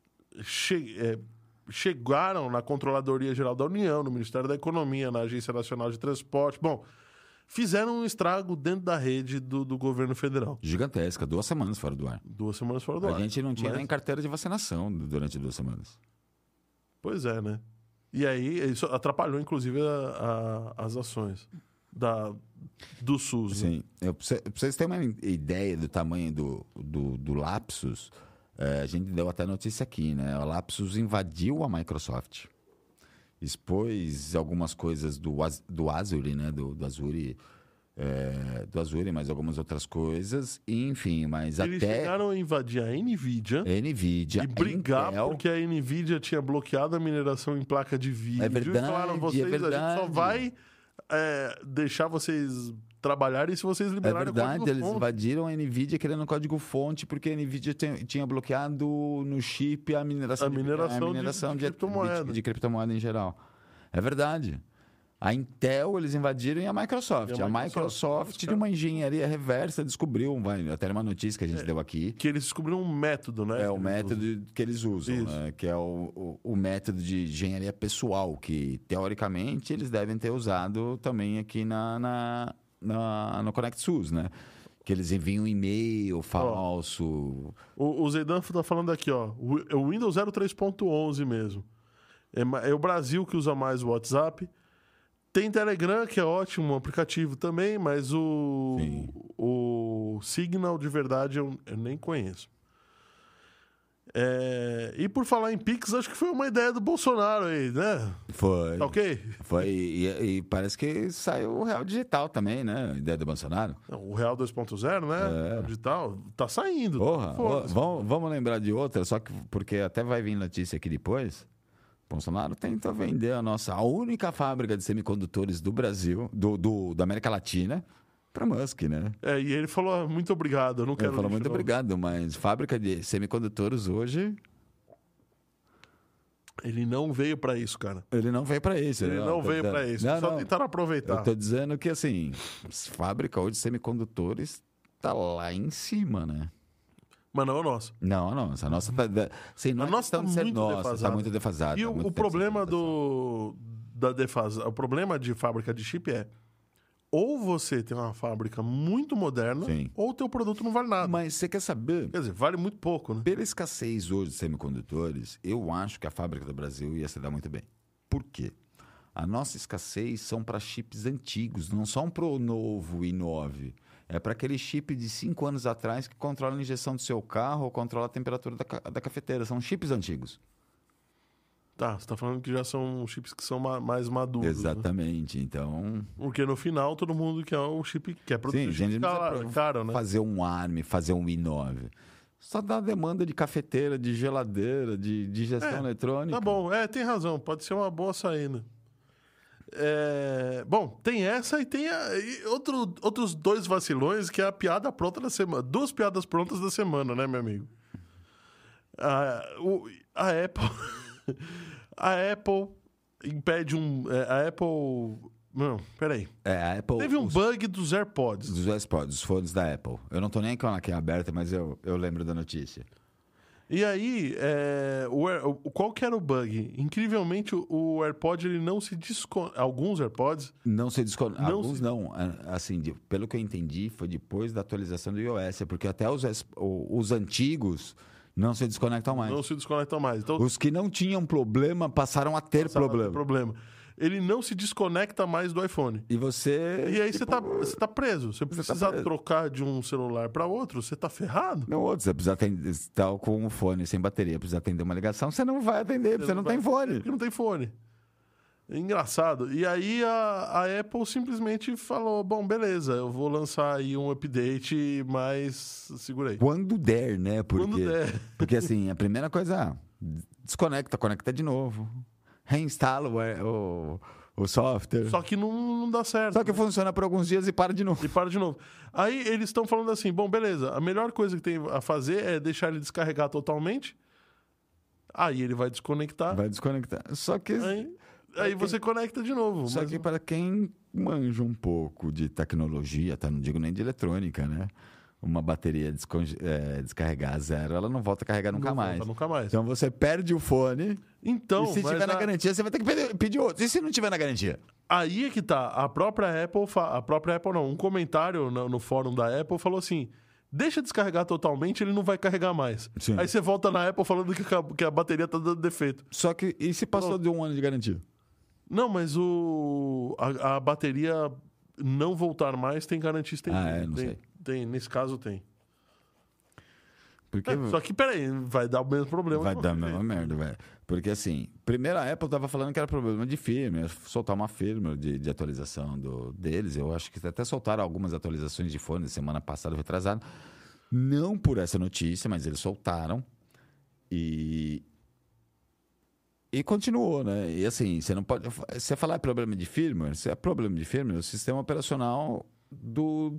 chegaram na Controladoria Geral da União, no Ministério da Economia, na Agência Nacional de Transporte. Bom, fizeram um estrago dentro da rede do governo federal. Gigantesca, 2 semanas fora do ar. 2 semanas fora do ar. A gente não tinha nem carteira de vacinação durante 2 semanas. Pois é, né? E aí, isso atrapalhou, inclusive, as ações do SUS. Sim. Pra vocês terem uma ideia do tamanho do Lapsus, a gente deu até notícia aqui, né? O Lapsus invadiu a Microsoft. Expôs algumas coisas do Azure, né? Do Azure, mas algumas outras coisas. Enfim, mas Eles chegaram a invadir a NVIDIA e brigar Intel, porque a NVIDIA tinha bloqueado a mineração em placa de vídeo. É verdade, e falaram, a gente só vai deixar vocês trabalharem se vocês liberarem o código-fonte. Eles invadiram a NVIDIA querendo código-fonte porque a NVIDIA tinha bloqueado no chip a mineração de criptomoeda em geral. É verdade. A Intel eles invadiram e a Microsoft. A Microsoft, de uma engenharia reversa, descobriu, até uma notícia que a gente deu aqui. Que eles descobriram um método, né? É o método que eles usam, né? Que é o método de engenharia pessoal, que teoricamente eles devem ter usado também aqui no Conect SUS, né? Que eles enviam um e-mail falso. O Zeidan está falando aqui, ó. O Windows 03.11 mesmo. É o Brasil que usa mais o WhatsApp. Tem Telegram, que é ótimo, um aplicativo também, mas o Signal, de verdade, eu nem conheço. E por falar em Pix, acho que foi uma ideia do Bolsonaro aí, né? Foi. Tá ok? Foi. E parece que saiu o Real Digital também, né? A ideia do Bolsonaro. O Real 2.0, né? O digital tá saindo. Vamos lembrar de outra, só que porque até vai vir notícia aqui depois. Bolsonaro tenta vender a única fábrica de semicondutores do Brasil, da América Latina, para Musk, né? E ele falou muito obrigado, eu não quero... Ele falou muito obrigado, mas fábrica de semicondutores hoje... Ele não veio para isso, cara. Ele não veio para isso. Ele não veio para isso, só tentaram aproveitar. Eu tô dizendo que, assim, fábrica hoje de semicondutores tá lá em cima, né? Mas não é o nosso. Não, a nossa. A nossa tá... Sim, não a nossa está muito defasada. Tá muito defasada. E o problema o problema de fábrica de chip ou você tem uma fábrica muito moderna, ou o teu produto não vale nada. Mas você quer saber? Quer dizer, vale muito pouco, né? Pela escassez hoje de semicondutores, eu acho que a fábrica do Brasil ia se dar muito bem. Por quê? A nossa escassez são para chips antigos, não são para o novo i9. É para aquele chip de 5 anos atrás que controla a injeção do seu carro ou controla a temperatura da cafeteira. São chips antigos. Tá, você está falando que já são chips que são mais maduros. Exatamente, né? Então... Porque no final todo mundo quer um chip que é produzido. Sim, a gente não caro, né? Fazer um ARM, fazer um i9. Só dá demanda de cafeteira, de geladeira, de digestão eletrônica. Tá bom, tem razão. Pode ser uma boa saída. Bom, tem essa e tem outros 2 vacilões, que é a piada pronta da semana. 2 piadas prontas da semana, né, meu amigo? A Apple... a Apple impede a Apple... Não, peraí. A Apple... Teve um bug dos AirPods. Dos AirPods, dos fones da Apple. Eu não tô nem com ela aqui aberta, mas eu lembro da notícia. E aí, qual que era o bug? Incrivelmente, o AirPod ele não se desconecta. Alguns AirPods... Não se desconecta. Alguns não. Assim, pelo que eu entendi, foi depois da atualização do iOS, porque até os antigos não se desconectam mais. Não se desconectam mais. Então, os que não tinham problema passaram a ter problema. Ele não se desconecta mais do iPhone. E aí você tá preso. Você precisar trocar de um celular para outro, você tá ferrado. Não, você precisa estar com um fone sem bateria, precisa atender uma ligação, você não vai atender, você não tem fone. Porque não tem fone. Engraçado. E aí a Apple simplesmente falou, bom, beleza, eu vou lançar aí um update, mas segura aí. Quando der, né? Quando der. Porque assim, a primeira coisa, desconecta, conecta de novo. Reinstala o software. Só que não dá certo. Só que funciona por alguns dias e para de novo. E para de novo. Aí eles estão falando assim, bom, beleza, a melhor coisa que tem a fazer é deixar ele descarregar totalmente. Aí ele vai desconectar. Vai desconectar. Só que... Aí você conecta de novo. Só que para quem manja um pouco de tecnologia, tá? Não digo nem de eletrônica, né? Uma bateria descarregar a zero, ela não volta a carregar nunca mais. Volta nunca mais. Então você perde o fone. Então, e se tiver na garantia, você vai ter que pedir outro. E se não tiver na garantia? Aí é que tá. A própria Apple não, um comentário no fórum da Apple falou assim: deixa descarregar totalmente, ele não vai carregar mais. Sim. Aí você volta na Apple falando que a bateria tá dando defeito. Só que, e se passou de 1 ano de garantia? Não, mas a bateria não voltar mais tem garantia estendida. Não sei. Tem, nesse caso tem. Porque... Só que, peraí, vai dar o mesmo problema. Vai dar a mesma merda, velho. Porque assim, primeiro a Apple tava falando que era problema de firmware, soltar uma firmware de atualização deles. Eu acho que até soltaram algumas atualizações de fone semana passada, retrasada. Não por essa notícia, mas eles soltaram. E continuou, né? E assim, você não pode... Você falar problema de firmware, se é problema de firmware, o sistema operacional do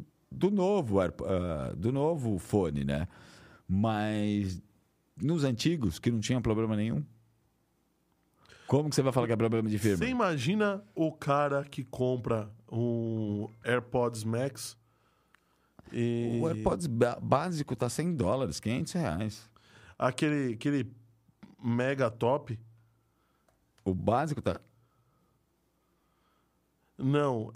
novo fone, né? Mas nos antigos, que não tinha problema nenhum, como que você vai falar que é problema de firmware? Você imagina o cara que compra um AirPods Max e... O AirPods básico tá $100, R$500. Aquele mega top... O básico tá... Não,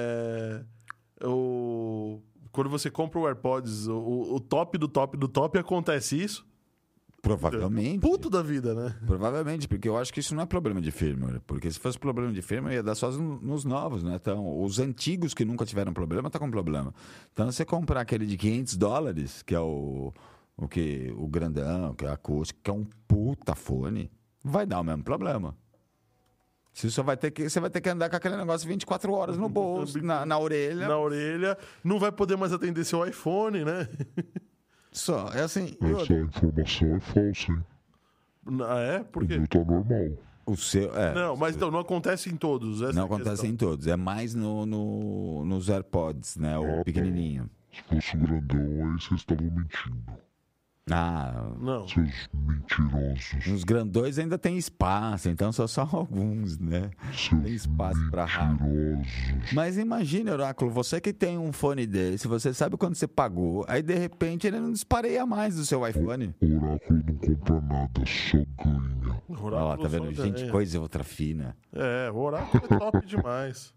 quando você compra o AirPods, o top do top do top, acontece isso? Provavelmente. Puto da vida, né? Provavelmente, porque eu acho que isso não é problema de firmware. Porque se fosse problema de firmware, ia dar só nos novos, né? Então, os antigos que nunca tiveram problema, tá com problema. Então, você comprar aquele de $500, que é o grandão, que é acústico, que é um puta fone, vai dar o mesmo problema. Você vai ter que andar com aquele negócio 24 horas no bolso, na orelha. Na orelha. Não vai poder mais atender seu iPhone, né? Só, é assim... Essa informação é falsa, hein? Ah, é? Por O quê? meu tá normal. O seu... Não, mas então, não acontece em todos. Essa Não é a acontece questão. em todos. É mais nos AirPods, né? O pequenininho. Se fosse grandão, aí vocês estavam mentindo. Ah, Não. Seus mentirosos. nos grandões ainda tem espaço, então são só alguns, né? Seus Tem espaço para rádio. mentirosos. Mas imagine, Oráculo, você que tem um fone desse, você sabe quanto você pagou, aí de repente ele não dispareia mais do seu iPhone. O oráculo não compra nada, só ganha. Olha lá, tá vendo? Só Gente, ganha. coisa outra fina. O oráculo é top demais.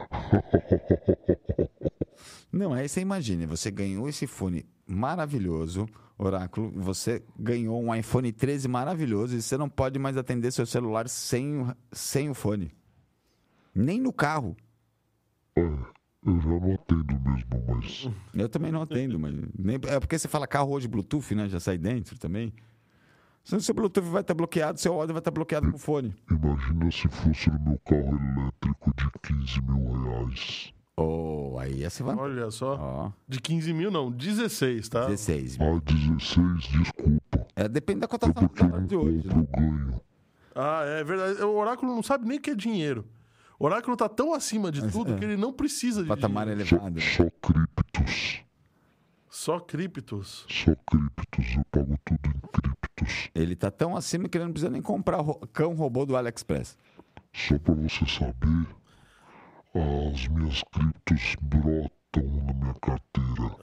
Não, aí você imagina, você ganhou esse fone maravilhoso, Oráculo, você ganhou um iPhone 13 maravilhoso e você não pode mais atender seu celular sem o fone. Nem no carro. Eu já não atendo mesmo, mas Eu também não atendo, mas é porque você fala carro hoje Bluetooth, né? Já sai dentro também. Se o seu Bluetooth vai estar bloqueado, seu áudio vai estar bloqueado com o fone. imagina se fosse no meu carro elétrico de R$15.000. Oh, aí ia ser vantagem. Olha só. Ó, De 15 mil, não. 16, tá? 16. Ah, 16, desculpa. Depende da É cotação porque eu do não de hoje, compro, né? eu ganho. Ah, é verdade. O oráculo não sabe nem o que é dinheiro. O oráculo tá tão acima de tudo que ele não precisa de Patamar dinheiro. elevado. Só criptos. Só criptos. Só criptos. Eu pago tudo em criptos. Ele tá tão acima que ele não precisa nem comprar cão robô do AliExpress. Só pra você saber, as minhas criptos brotam na minha carteira.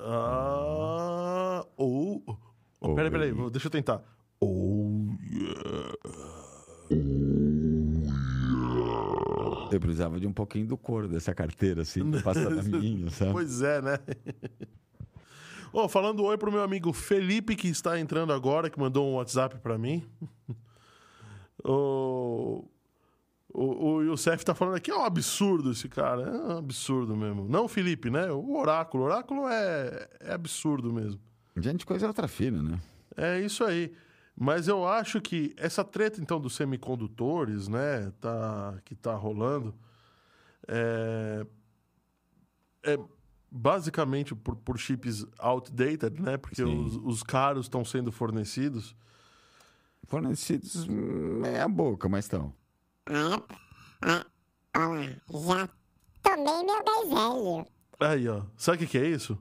Peraí, deixa eu tentar. Eu precisava de um pouquinho do couro dessa carteira, assim, pra passar na minha, sabe? Pois é, né? Falando oi pro meu amigo Felipe, que está entrando agora, que mandou um WhatsApp pra mim. O Youssef tá falando aqui, é um absurdo esse cara. É um absurdo mesmo. Não o Felipe, né? O Oráculo. O Oráculo é absurdo mesmo. Gente, coisa outra fina, né? É isso aí. Mas eu acho que essa treta, então, dos semicondutores, né, que tá rolando, é basicamente por chips outdated, né? Porque os caros estão sendo fornecidos. Fornecidos meia boca, mas estão. Olha lá, já tomei meu gás velho. Aí, ó. Sabe o que é isso?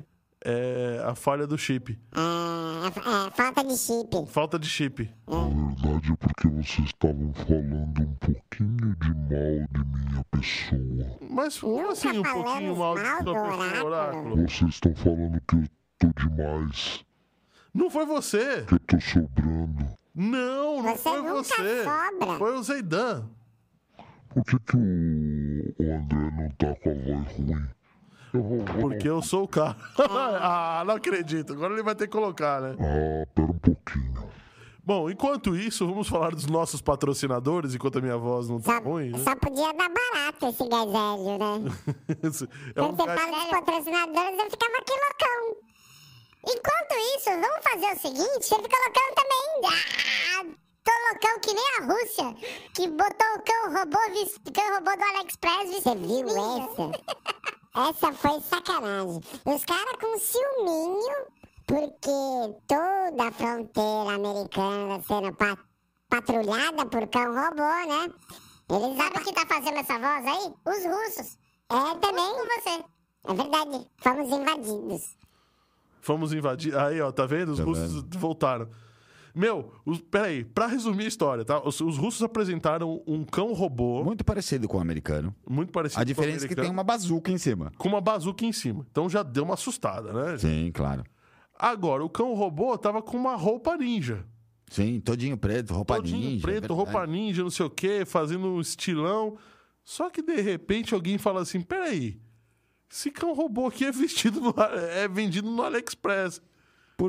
É a falha do chip. Falta de chip. Falta de chip. Na verdade é porque vocês estavam falando um pouquinho de mal de minha pessoa. Mas como assim um pouquinho mal de sua pessoa, Oráculo? Vocês estão falando que eu tô demais, Não foi você. que eu tô sobrando. Não Você foi nunca você. sobra. Foi o Zeidan. Por que o André não tá com a voz ruim? Eu vou... Porque eu sou o cara. Ah, não acredito. Agora ele vai ter que colocar, né? Ah, pera um pouquinho. Bom, enquanto isso, vamos falar dos nossos patrocinadores, enquanto a minha voz não tá ruim, né? Só podia dar barato esse gás velho, né? É um Quando você gás- fala dos patrocinadores, eu ficava aqui loucão. Enquanto isso, vamos fazer o seguinte, você fica loucão também. Tô loucão que nem a Rússia, que botou o cão robô do AliExpress. Você viu essa? Essa foi sacanagem. Os caras com ciúminho, porque toda a fronteira americana sendo patrulhada por cão robô, né? Eles sabem que tá fazendo essa voz aí? Os russos. Também com você. É verdade, fomos invadidos. Fomos invadir. Aí, ó, tá vendo? Os russos voltaram. Meu, peraí, pra resumir a história, tá? Os russos apresentaram um cão robô Muito parecido com o americano. muito parecido A com o diferença é que tem americano, uma bazuca em cima. com uma bazuca em cima. Então já deu uma assustada, né? Sim, claro. Agora, o cão robô tava com uma roupa ninja. Sim, todinho preto, roupa Todinho ninja. preto, verdade. roupa ninja, não sei o quê, fazendo um estilão. Só que, de repente, alguém fala assim, peraí, esse cão robô aqui é vendido no AliExpress. Por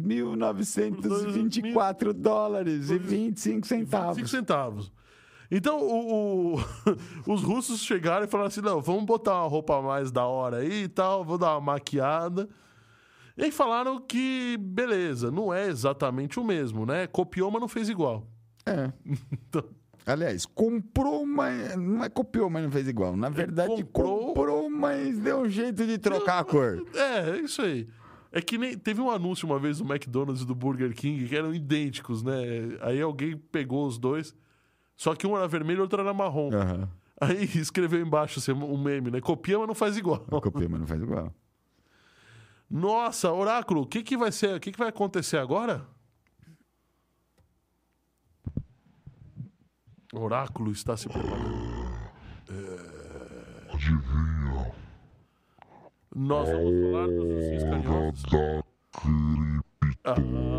2.924 dólares e 25 centavos. 5 centavos. Então, os russos chegaram e falaram assim, não, vamos botar uma roupa mais da hora aí e tal, vou dar uma maquiada. E aí falaram que, beleza, não é exatamente o mesmo, né? Copiou, mas não fez igual. É. Então, Aliás, comprou, mas... Não é copiou, mas não fez igual. Na verdade, comprou, mas deu um jeito de trocar a cor. é isso aí. É que nem teve um anúncio uma vez do McDonald's e do Burger King que eram idênticos, né? Aí alguém pegou os dois, só que um era vermelho e o outro era marrom. Aham. Aí escreveu embaixo assim, um meme, né? Copia, mas não faz igual. Copiou, mas não faz igual. Nossa, Oráculo, o que vai ser? O que vai acontecer agora? Oráculo está se preparando. Adivinha? Nós vamos falar dos ursinhos Hora carinhosos. da cripto.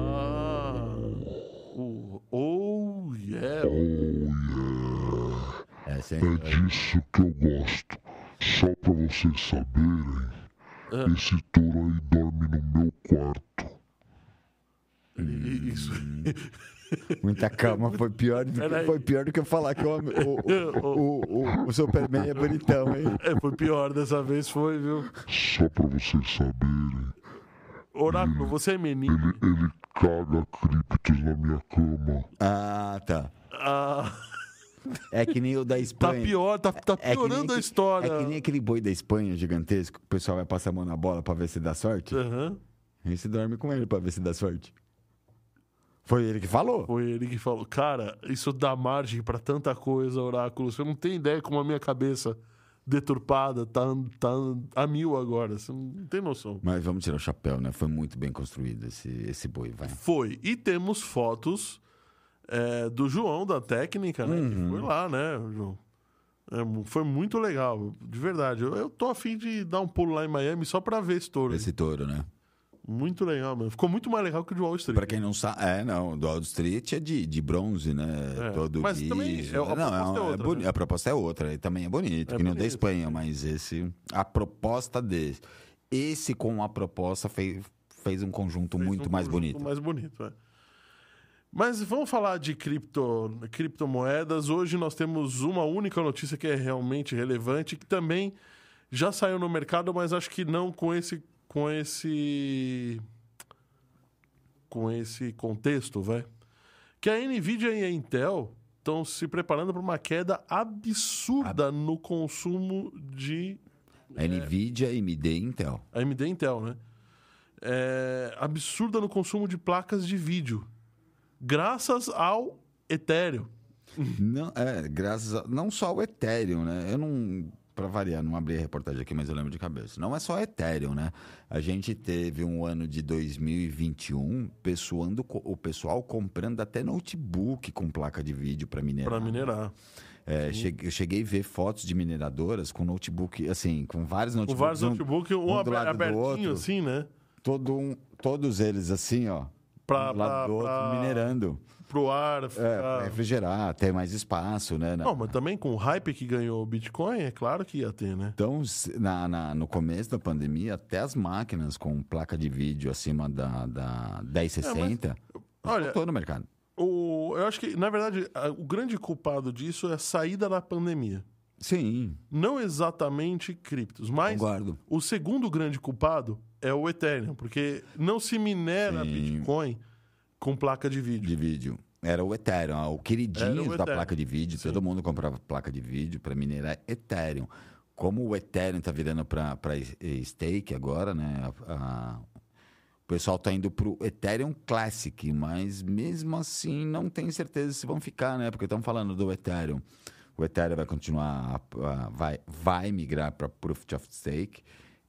Yeah. Oh, yeah. É, sim. É disso que eu gosto. Só pra vocês saberem, esse touro aí dorme no meu quarto. Isso. Muita calma. Foi pior do que eu falar que o Superman é bonitão, hein? Foi pior dessa vez, foi, viu? Só pra vocês saberem, Oráculo, você é menino. ele caga criptos na minha cama. Ah, tá. Ah, É que nem o da tá Espanha. pior, tá É que nem piorando a que- história. É que nem aquele boi da Espanha gigantesco que o pessoal vai passar a mão na bola pra ver se dá sorte. Aham. E se dorme com ele pra ver se dá sorte. Foi ele que falou. Foi ele que falou. Cara, isso dá margem pra tanta coisa, Oráculo. Você não tem ideia como a minha cabeça deturpada tá a mil agora. Você não tem noção. Mas vamos tirar o chapéu, né? Foi muito bem construído esse boi, vai. Foi. E temos fotos do João, da técnica, né? Que foi lá, né, João? Foi muito legal, de verdade. Eu tô afim de dar um pulo lá em Miami só pra ver esse touro. Esse touro, né? Muito legal, mano. Ficou muito mais legal que o de Wall Street. Pra quem não sabe, o do Wall Street é de bronze, né? Todo mas também liso. a proposta é outra, né? A proposta é outra, e também é bonito, que nem o da bonito. Espanha, mas a proposta desse. Esse com a proposta fez um conjunto muito mais bonito. Mais bonito, é. Mas vamos falar de criptomoedas. Hoje nós temos uma única notícia que é realmente relevante, que também já saiu no mercado, mas acho que não com esse contexto, vai. que a NVIDIA e a Intel estão se preparando para uma queda absurda no consumo de... NVIDIA, AMD e Intel. AMD e Intel, né? Absurda no consumo de placas de vídeo. Graças ao Ethereum. Não, não só o Ethereum, né? Eu não... Para variar, não abri a reportagem aqui, mas eu lembro de cabeça. Não é só Ethereum, né? A gente teve um ano de 2021, o pessoal comprando até notebook com placa de vídeo para minerar. Para minerar. Eu cheguei a ver fotos de mineradoras com notebook, assim, com vários notebooks. Com vários notebooks, um do lado abertinho, do outro, assim, né? Todos eles, assim, ó. Um do lado do outro, minerando. Pro ar, pra refrigerar, ter mais espaço, né? Não, mas também com o hype que ganhou o Bitcoin, é claro que ia ter, né? Então, no começo da pandemia, até as máquinas com placa de vídeo acima da 1060, olha, todo no mercado. Eu acho que, na verdade, o grande culpado disso é a saída da pandemia. Sim. Não exatamente criptos, mas Concordo. O segundo grande culpado é o Ethereum, porque não se minera Bitcoin com placa de vídeo. Era o Ethereum, o queridinho da Ethereum. placa de vídeo. Sim. Todo mundo comprava placa de vídeo para minerar Ethereum. Como o Ethereum está virando para stake agora, né? O pessoal está indo para o Ethereum Classic, mas mesmo assim não tem certeza se vão ficar, né? Porque estão falando do Ethereum. O Ethereum vai continuar, vai migrar para Proof of Stake.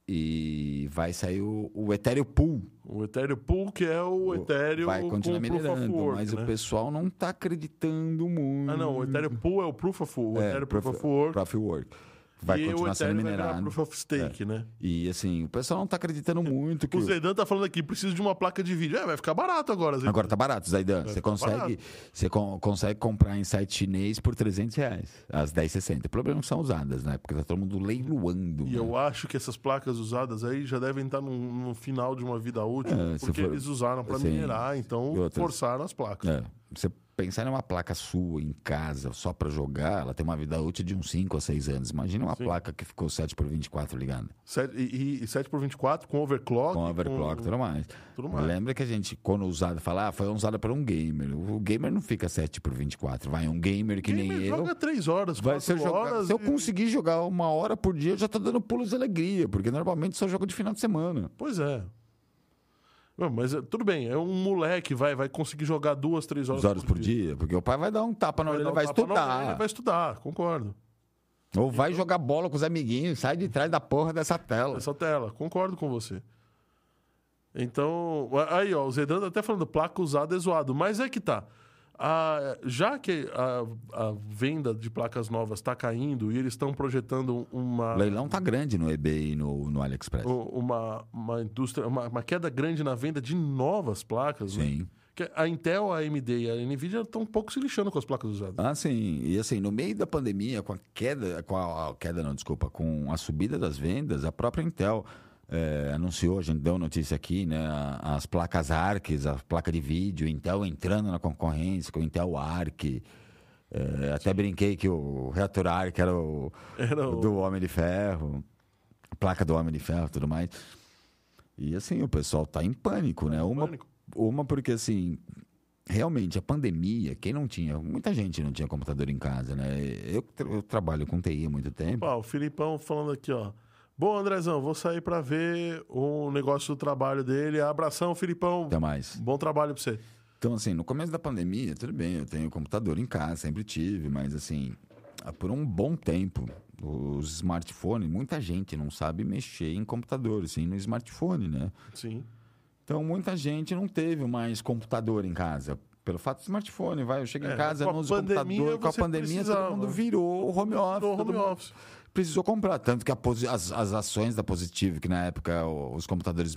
E vai sair o Ethereum Pool. O Ethereum Pool, que é o Ethereum vai continuar com Proof of minerando, Work, mas né? o pessoal não está acreditando muito. Ah, não, o Ethereum Pool é o Proof of Work. O Ethereum Proof of Work. Proof of Work. Vai continuar sendo Vai virar minerado. Proof of Stake, né? E assim, o pessoal não está acreditando muito. O Zaidan tá falando aqui, preciso de uma placa de vídeo. Vai ficar barato agora, Zaidan. Agora tá barato, Zaidan. Você consegue comprar em site chinês por R$300, as 1060. O problema são usadas, né? Porque tá todo mundo leiloando. E né? eu acho que essas placas usadas aí já devem estar no final de uma vida útil, porque eles usaram para minerar, então forçaram as placas. Você pensar em uma placa sua em casa só para jogar, ela tem uma vida útil de uns 5 a 6 anos. Imagina uma placa que ficou 7x24 ligada. E 7x24 com overclock. Com overclock, tudo mais. Lembra que a gente, quando usada, fala, foi usada por um gamer. O gamer não fica 7x24. Vai um gamer que nem eu. Joga 3 horas, 4 horas. Se eu conseguir jogar 1 hora por dia, eu já tô dando pulos de alegria, porque normalmente só jogo de final de semana. Pois é. Não, mas tudo bem, é um moleque, vai conseguir jogar 2, 3 horas por dia. Porque o pai vai dar um tapa na hora, ele vai estudar. Ele vai estudar, concordo. Ou vai jogar bola com os amiguinhos, sai de trás da porra dessa tela. Concordo com você. Então, aí ó, o Zaidan tá até falando, placa usada é zoado, mas é que tá. Já que a venda de placas novas está caindo e eles estão projetando uma... O leilão tá grande no eBay e no AliExpress. Uma indústria, uma queda grande na venda de novas placas. Sim. Né? A Intel, a AMD e a NVIDIA estão um pouco se lixando com as placas usadas. Ah, sim. E assim, no meio da pandemia, com a subida das vendas, a própria Intel... anunciou, a gente deu notícia aqui, né? As placas Arc, a placa de vídeo, Intel entrando na concorrência com o Intel Arc. Até brinquei que o reator Arc era o do Homem de Ferro, a placa do Homem de Ferro e tudo mais. E assim, o pessoal tá em pânico, né? Uma porque assim, realmente a pandemia, muita gente não tinha computador em casa, né? Eu trabalho com TI há muito tempo. Opa, o Filipão falando aqui, ó. Bom, Andrezão, vou sair para ver o negócio do trabalho dele. Abração, Filipão. Até mais. Bom trabalho para você. Então, assim, no começo da pandemia, tudo bem, eu tenho computador em casa, sempre tive, mas assim, por um bom tempo, os smartphones, muita gente não sabe mexer em computador, assim, no smartphone, né? Sim. Então, muita gente não teve mais computador em casa. Pelo fato do smartphone, eu chego em casa, não uso computador, com a pandemia todo mundo virou home office. Precisou comprar, tanto que as ações da Positivo, que na época os computadores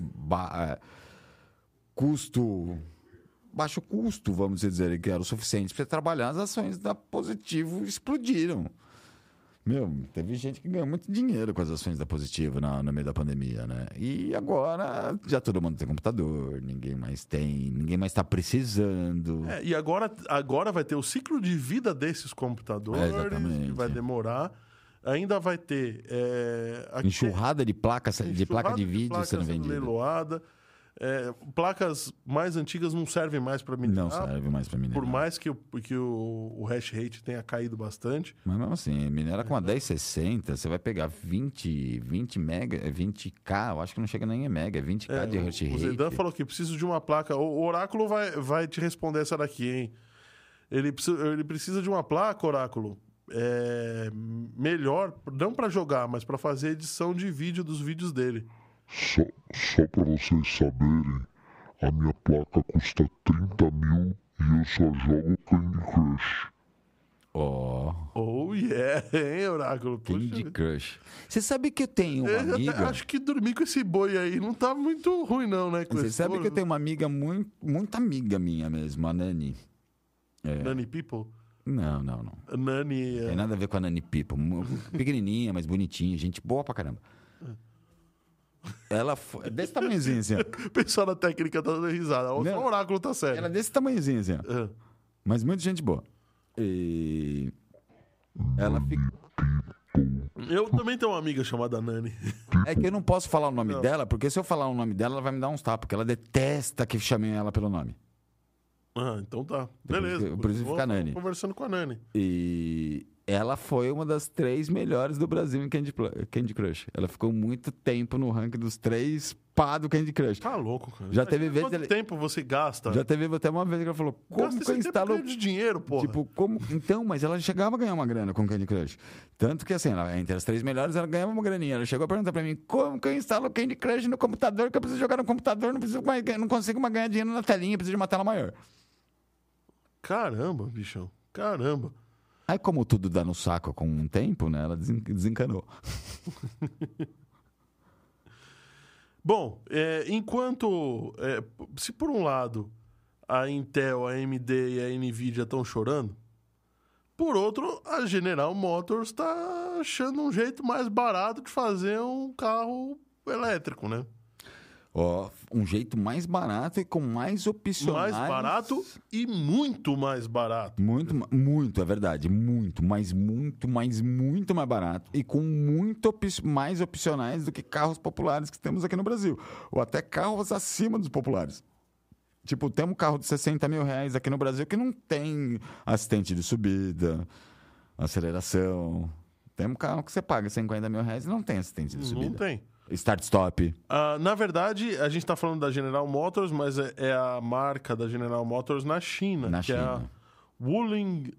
baixo custo, vamos dizer, que era o suficiente para trabalhar, as ações da Positivo explodiram. Teve gente que ganhou muito dinheiro com as ações da Positivo no meio da pandemia, né? E agora já todo mundo tem computador, ninguém mais está precisando. E agora vai ter o ciclo de vida desses computadores, que vai demorar. Ainda vai ter... enxurrada de placa de vídeo sendo vendida. Leiloada. Placas mais antigas não servem mais para minerar. Não serve mais para minerar. Por mais que o hash rate tenha caído bastante. Mas mesmo assim, minera com a 1060, você vai pegar 20 mega, 20K, eu acho que não chega nem em mega, é 20K de hash rate. O Zedan falou que preciso de uma placa. O Oráculo vai te responder essa daqui, hein? Ele precisa de uma placa, Oráculo, melhor, não para jogar, mas para fazer edição de vídeo dos vídeos dele. Só pra vocês saberem, a minha placa custa 30 mil e eu só jogo Candy Crush. Oh, yeah, hein, Oráculo? Candy Puxa. Crush. Você sabe que eu tenho uma Eu amiga... acho que dormir com esse boi aí não tá muito ruim, não, né? Você sabe que eu tenho uma amiga, muito amiga minha mesmo, a Nani. Nani People? Não. Nani... Tem nada a ver com a Nani People. Pequenininha, mas bonitinha, gente boa pra caramba. Ela foi desse tamanhozinho assim, ó. O pessoal da técnica tá dando risada. Só o Oráculo tá sério. Ela é desse tamanhozinho assim, ó. Ah. Mas muito gente boa. E... Ela fica... Eu também tenho uma amiga chamada Nani. É que eu não posso falar o nome dela, porque se eu falar o nome dela, ela vai me dar uns tapas, porque ela detesta que chamem ela pelo nome. Então tá. Beleza. Por isso fica a Nani. Conversando com a Nani. E ela foi uma das 3 melhores do Brasil em Candy Crush. Ela ficou muito tempo no ranking dos 3 pá do Candy Crush. Tá louco, cara. Já teve Imagina vezes... Quanto tempo você gasta? Já teve até uma vez que ela falou, como Gasta que eu esse tempo instalo... ganhando de dinheiro, porra. Tipo, como... Então, mas ela chegava a ganhar uma grana com Candy Crush. Tanto que, assim, entre as 3 melhores, ela ganhava uma graninha. Ela chegou a perguntar pra mim, como que eu instalo Candy Crush no computador, que eu preciso jogar no computador, não consigo mais ganhar dinheiro na telinha, preciso de uma tela maior. Caramba, bichão. Caramba. Aí, como tudo dá no saco com um tempo, né, ela desencanou. Bom, enquanto... se por um lado a Intel, a AMD e a NVIDIA estão chorando, por outro, a General Motors está achando um jeito mais barato de fazer um carro elétrico, né? Um jeito mais barato e com mais opcionais. Mais barato e muito mais barato. Muito, é verdade. Muito mais barato. E com muito mais opcionais do que carros populares que temos aqui no Brasil. Ou até carros acima dos populares. Tipo, tem um carro de 60 mil reais aqui no Brasil que não tem assistente de subida, aceleração. Tem um carro que você paga 50 mil reais e não tem assistente de subida. Não tem. Start-stop. Na verdade, a gente está falando da General Motors, mas é a marca da General Motors na China. É a Wuling.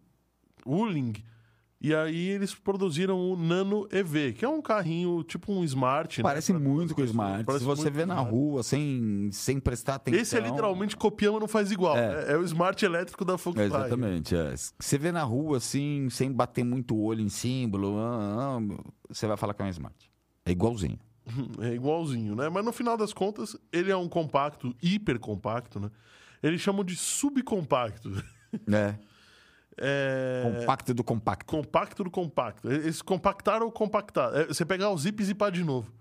E aí eles produziram o Nano EV, que é um carrinho tipo um Smart. Parece né? muito com o Smart. Se você vê na rua sem prestar atenção... Esse é literalmente copiando, não faz igual. É o Smart elétrico da Volkswagen. Exatamente. Você vê na rua assim, sem bater muito o olho em símbolo, você vai falar que é um Smart. É igualzinho. É igualzinho, né? Mas no final das contas, ele é um compacto, hiper compacto, né? Eles chamam de subcompacto. Compacto do compacto. Compacto do compacto. Eles compactaram ou compactar. Você pegar o zip e zipar de novo.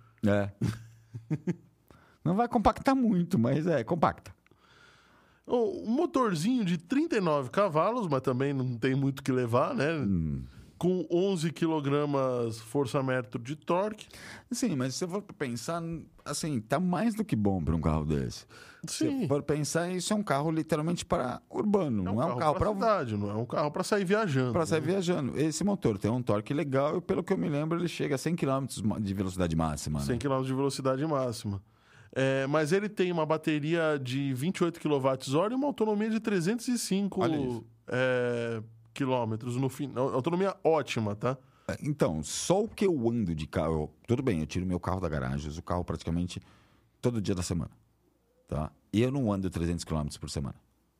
Não vai compactar muito, mas compacta. Um motorzinho de 39 cavalos, mas também não tem muito o que levar, né? Com 11 kg força-metro de torque. Sim, mas se você for pensar, assim, tá mais do que bom para um carro desse. Sim. Se for pensar, isso é um carro literalmente para urbano, não é um carro para cidade, não é um carro para sair viajando. Para sair viajando. Esse motor tem um torque legal e, pelo que eu me lembro, ele chega a 100 km de velocidade máxima. 100 km de velocidade máxima. Mas ele tem uma bateria de 28 kWh e uma autonomia de 305 quilômetros no final. Autonomia ótima, tá? Então, só o que eu ando de carro... Tudo bem, eu tiro meu carro da garagem, uso o carro praticamente todo dia da semana. Tá? E eu não ando 300 km por semana.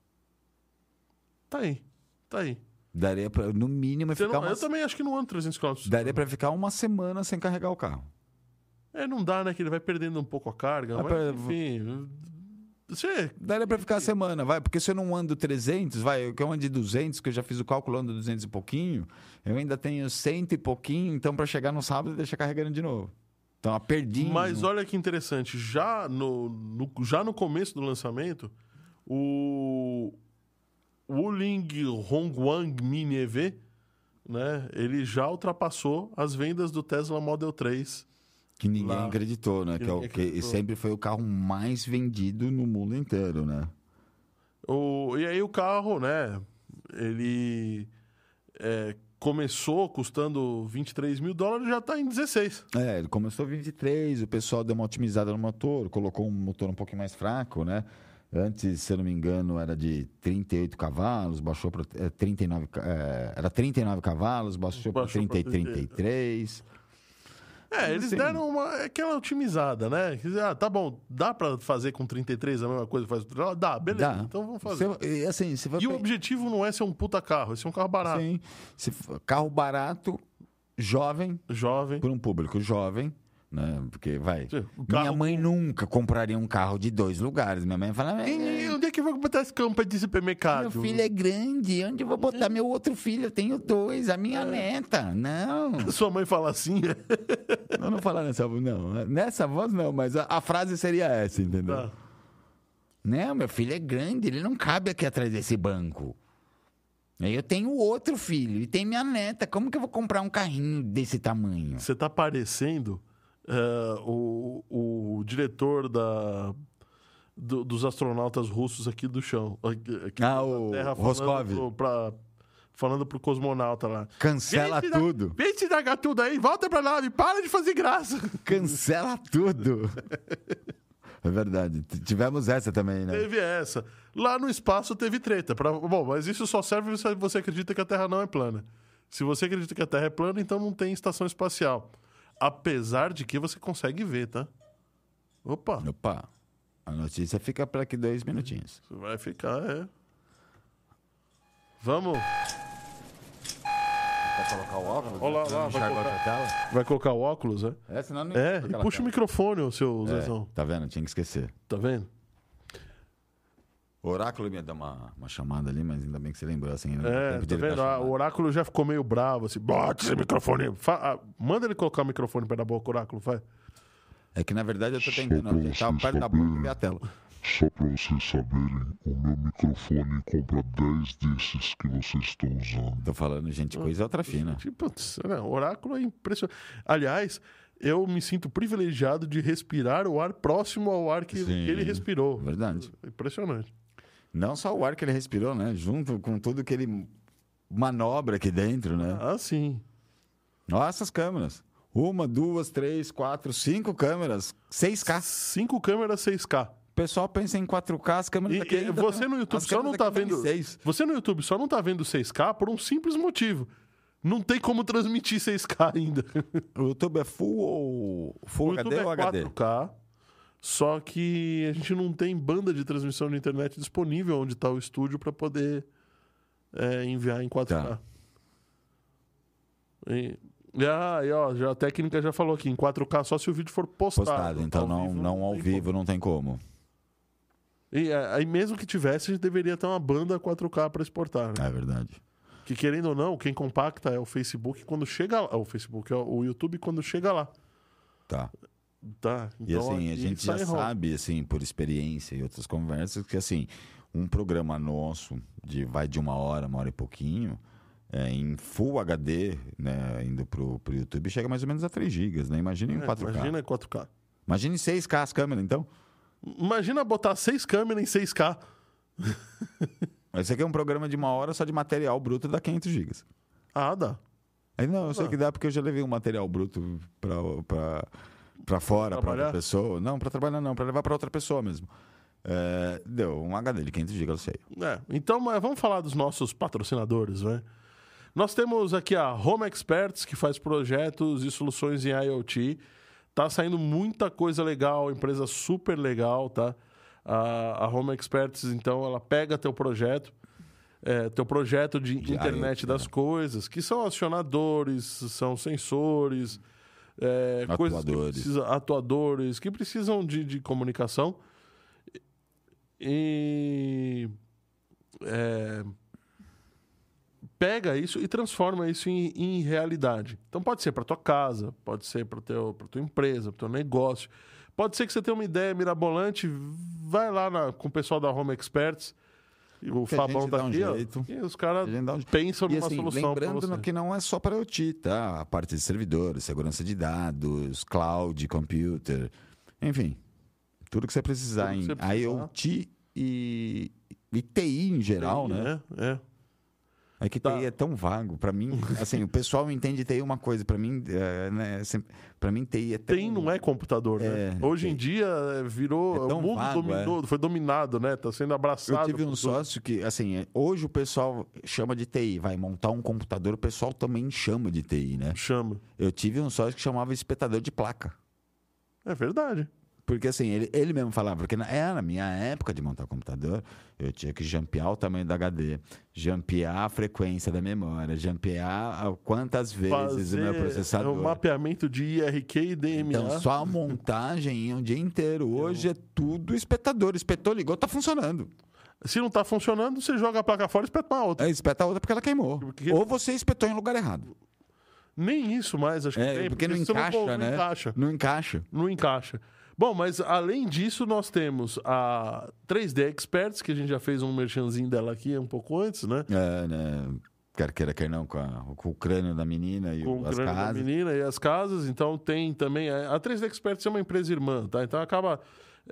Tá aí. Daria pra, no mínimo, Eu também acho que não ando 300 km. Daria pra ficar uma semana sem carregar o carro. Não dá, né? Que ele vai perdendo um pouco a carga. Mas, enfim... Daria pra ficar a semana, vai. Porque se eu não ando 300, que eu ando de 200, que eu já fiz o cálculo, ando 200 e pouquinho, eu ainda tenho 100 e pouquinho, então pra chegar no sábado, deixa carregando de novo. Então, perdinho. Mas olha que interessante, já no começo do lançamento, o Wuling Hongguang Mini EV, né, ele já ultrapassou as vendas do Tesla Model 3 Que ninguém lá. acreditou, né? Que Que, ninguém que acreditou. sempre foi o carro mais vendido no mundo inteiro, né? E aí o carro, né? Ele começou custando $23.000, já tá em 16. Ele começou 23, o pessoal deu uma otimizada no motor, colocou um motor um pouquinho mais fraco, né? Antes, se eu não me engano, era de 38 cavalos, baixou para 39, era 39 cavalos, baixou para 30 e 33. Eles Assim, deram aquela otimizada, né? Tá bom, dá pra fazer com 33 a mesma coisa que faz com 39? Dá, beleza, dá. então vamos fazer. E assim, se for E o objetivo não é ser um puta carro, é ser um carro barato. Sim, carro barato, jovem, Jovem. por um público jovem, né? Porque Sim, o minha carro- mãe nunca compraria um carro de 2 lugares. Minha mãe fala: E onde é que eu vou botar esse campo de supermercado? meu filho é grande, onde eu vou botar meu outro filho? Eu tenho 2, a minha neta. Não. Sua mãe fala assim, Eu não falar nessa voz, não. Nessa voz, não, mas a frase seria essa, entendeu? Tá. Não, meu filho é grande, ele não cabe aqui atrás desse banco. Aí eu tenho outro filho e tem minha neta. Como que eu vou comprar um carrinho desse tamanho? Você tá parecendo o diretor dos astronautas russos aqui do chão. Aqui Ah, da o Terra, Roscov. falando pro cosmonauta lá. Cancela tudo. Vem te dar tudo aí, volta pra nave, para de fazer graça. Cancela tudo. É verdade. Tivemos essa também, né? Teve essa. Lá no espaço teve treta. Bom, mas isso só serve se você acredita que a Terra não é plana. Se você acredita que a Terra é plana, então não tem estação espacial. Apesar de que você consegue ver, tá? Opa, Opa. A notícia fica para aqui 2 minutinhos. você vai ficar, Vamos. Quer colocar o óculos? Olha lá, vai colocar o óculos, é? Senão não E puxa o microfone, o seu Zezão. Tá vendo? Tinha que esquecer. Tá vendo? O oráculo ia dar uma chamada ali, mas ainda bem que você lembrou assim. Né? Tá Tempo de ele vendo? dar O chamada. oráculo já ficou meio bravo, assim. Bota esse microfone. Manda ele colocar o microfone perto da boca, o oráculo, vai. É que na verdade eu tô Só tentando pra ajeitar vocês perto da boca e ver saberem. a tela. Só pra vocês saberem, o meu microfone compra 10 desses que vocês estão usando. Tô falando, gente, coisa outra fina. Tipo, o oráculo é impressionante. Aliás, eu me sinto privilegiado de respirar o ar próximo ao ar que Sim, ele respirou. verdade. Impressionante. Não só o ar que ele respirou, né? Junto com tudo que ele manobra aqui dentro, né? Ah, sim. Olha essas câmeras. 1, 2, 3, 4, 5 câmeras. 6K. 5 câmeras 6K. O pessoal pensa em 4K, as câmeras daqui ainda Você tão- no YouTube as só não câmeras tá daqui vendo. tão em 6. Você no YouTube só não tá vendo 6K por um simples motivo. Não tem como transmitir 6K ainda. O YouTube é Full O HD YouTube ou é HD? 4K. Só que a gente não tem banda de transmissão de internet disponível onde está o estúdio para poder enviar em 4K. Tá. Já a técnica já falou aqui, em 4K só se o vídeo for postado. Postado, então não ao tem vivo não tem como. como. E aí mesmo que tivesse, a gente deveria ter uma banda 4K para exportar. Né? É verdade. Que querendo ou não, quem compacta é o Facebook quando chega lá. O Facebook é o YouTube quando chega lá. Tá. Tá? E assim, a aqui gente já sai rock. sabe, assim, por experiência e outras conversas, que assim, um programa nosso vai de 1 hora e pouquinho, em Full HD, né, indo pro YouTube, chega mais ou menos a 3 GB, né? Imagina em 4K. Imagina 4K. Imagina em 6K as câmeras, então. Imagina botar 6 câmeras em 6K. Esse aqui é um programa de 1 hora só de material bruto, dá 500 GB. Ah, dá. Aí não, eu sei que dá porque eu já levei um material bruto pra fora, pra Trabalhar? outra pessoa. Não, pra trabalhar não, pra levar pra outra pessoa mesmo. Deu um HD de 500 GB cheio. Então, mas vamos falar dos nossos patrocinadores, né? Nós temos aqui a Home Experts, que faz projetos e soluções em IoT. Tá saindo muita coisa legal, empresa super legal, tá? A Home Experts, então, ela pega teu projeto de internet IoT, das coisas, que são acionadores, são sensores, coisas que atuadores, que precisam de comunicação. E pega isso e transforma isso em realidade. Então pode ser para tua casa, pode ser para tua empresa, para teu negócio. Pode ser que você tenha uma ideia mirabolante, vai lá com o pessoal da Home Experts E o Que a Fabão gente tá dá um aqui, ó. jeito. E os caras A gente dá um- pensam E numa assim, solução pra lembrando você. que não é só para IoT, tá? A parte de servidores, segurança de dados, cloud, computer, enfim, tudo que você precisar Tudo que em você precisar. IoT e TI em geral, né? É. É que Tá. TI é tão vago. Para mim, assim, o pessoal entende TI uma coisa. Para mim, para mim TI é tão... TI não é computador, né? Hoje em dia virou... É tão o mundo vago, dominou, foi dominado, né? Tá sendo abraçado. Eu tive um por tudo. sócio que, assim, hoje o pessoal chama de TI, vai montar um computador, o pessoal também chama de TI, né? Chama. Eu tive um sócio que chamava espetador de placa. É verdade. Porque assim, ele mesmo falava, porque na minha época de montar computador, eu tinha que jampear o tamanho do HD, jampear a frequência da memória, jampear quantas vezes o meu processador. um mapeamento de IRQ e DMA. Então, só a montagem em um dia inteiro. Hoje é tudo espetador. Espetou, ligou, tá funcionando. Se não tá funcionando, você joga a placa fora e espeta uma outra. Aí espeta a outra porque ela queimou. Porque- Ou você espetou em lugar errado. Nem isso mais, acho que tem. Porque não você encaixa, né? encaixa. Não encaixa. Não encaixa. Bom, mas além disso, nós temos a 3D Experts, que a gente já fez um merchanzinho dela aqui um pouco antes, né? É, né? Quer queira, quer não, com o crânio da menina e Com o as crânio da casas. menina e as casas. Então tem também... A 3D Experts é uma empresa irmã, tá? Então acaba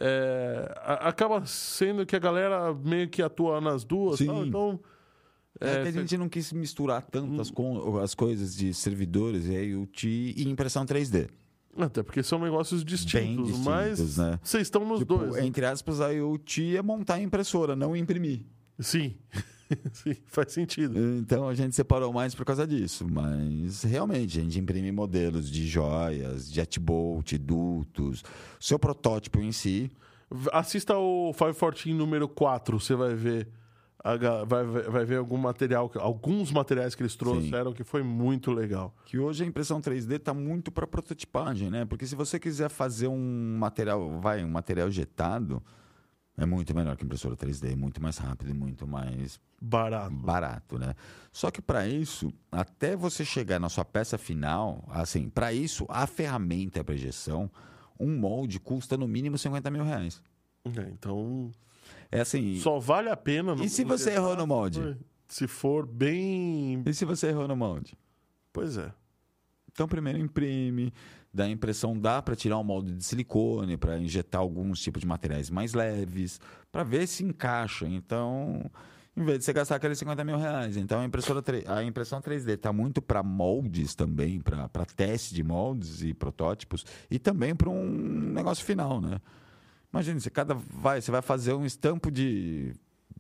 sendo que a galera meio que atua nas duas. Sim. Tal. Então... É que a gente não quis misturar tanto as coisas de servidores e IoT e impressão 3D. Até porque são negócios distintos, distintos, mas né? vocês estão nos Tipo, dois. entre aspas, a IoT é montar a impressora, não imprimir. Sim. Sim, faz sentido. Então a gente separou mais por causa disso. Mas realmente, a gente imprime modelos de joias, jetbolt, dutos, o seu protótipo em si. Assista o 514 número 4, você vai ver. Vai ver alguns materiais que eles trouxeram que foi muito legal. Que hoje a impressão 3D está muito para prototipagem, né? Porque se você quiser fazer um material jetado, é muito melhor que impressora 3D, muito mais rápido e muito mais barato, né? Só que para isso, até você chegar na sua peça final, assim, para isso, a ferramenta para injeção, um molde custa no mínimo R$50 mil. Então... É assim... Só vale a pena... E se você errou no molde? Se for bem... E se você errou no molde? Pois é. Então, primeiro imprime, da impressão dá para tirar um molde de silicone, para injetar alguns tipos de materiais mais leves, para ver se encaixa. Então, em vez de você gastar aqueles R$50 mil, então a impressão 3D está muito para moldes também, para teste de moldes e protótipos, e também para um negócio final, né? Imagina, você vai fazer um estampo de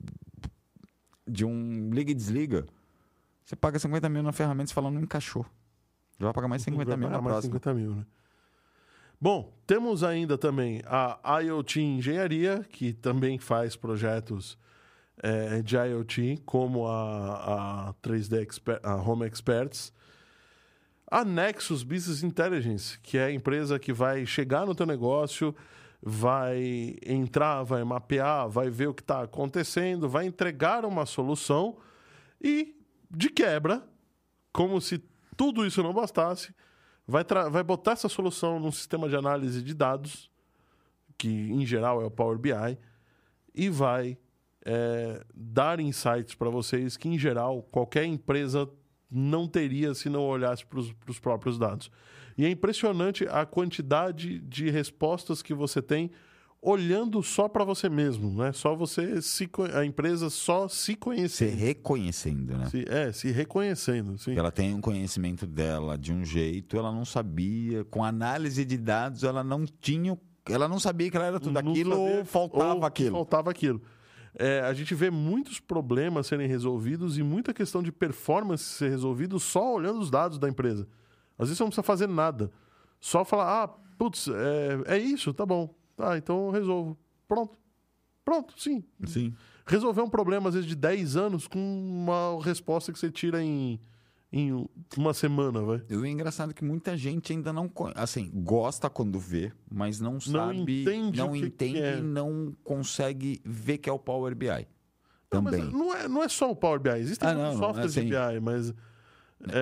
um liga e desliga. Você paga R$50 mil na ferramenta e fala, não encaixou. Já vai pagar mais R$50 mil na próxima. 50 mil, né? Bom, temos ainda também a IoT Engenharia, que também faz projetos de IoT, como a 3D a Home Experts. A Nexus Business Intelligence, que é a empresa que vai chegar no teu negócio, vai entrar, vai mapear, vai ver o que está acontecendo, vai entregar uma solução e, de quebra, como se tudo isso não bastasse, vai botar essa solução num sistema de análise de dados, que em geral é o Power BI, e vai dar insights para vocês que, em geral, qualquer empresa não teria se não olhasse para os próprios dados. E é impressionante a quantidade de respostas que você tem olhando só para você mesmo, né? Só a empresa só se conhecendo. Se reconhecendo, né? Se reconhecendo, sim. Ela tem um conhecimento dela de um jeito, ela não sabia, com análise de dados, ela não sabia que ela era tudo aquilo ou faltava aquilo. Faltava aquilo. A gente vê muitos problemas serem resolvidos e muita questão de performance ser resolvido só olhando os dados da empresa. Às vezes você não precisa fazer nada. Só falar, putz, é isso, tá bom. Tá, então eu resolvo. Pronto, sim. Sim. Resolver um problema, às vezes, de 10 anos com uma resposta que você tira em uma semana, vai. E o engraçado é que muita gente ainda não... Assim, gosta quando vê, mas não sabe... Não entende é. E não consegue ver que é o Power BI. Também. Mas não é só o Power BI. Existem muitos softwares de BI, mas...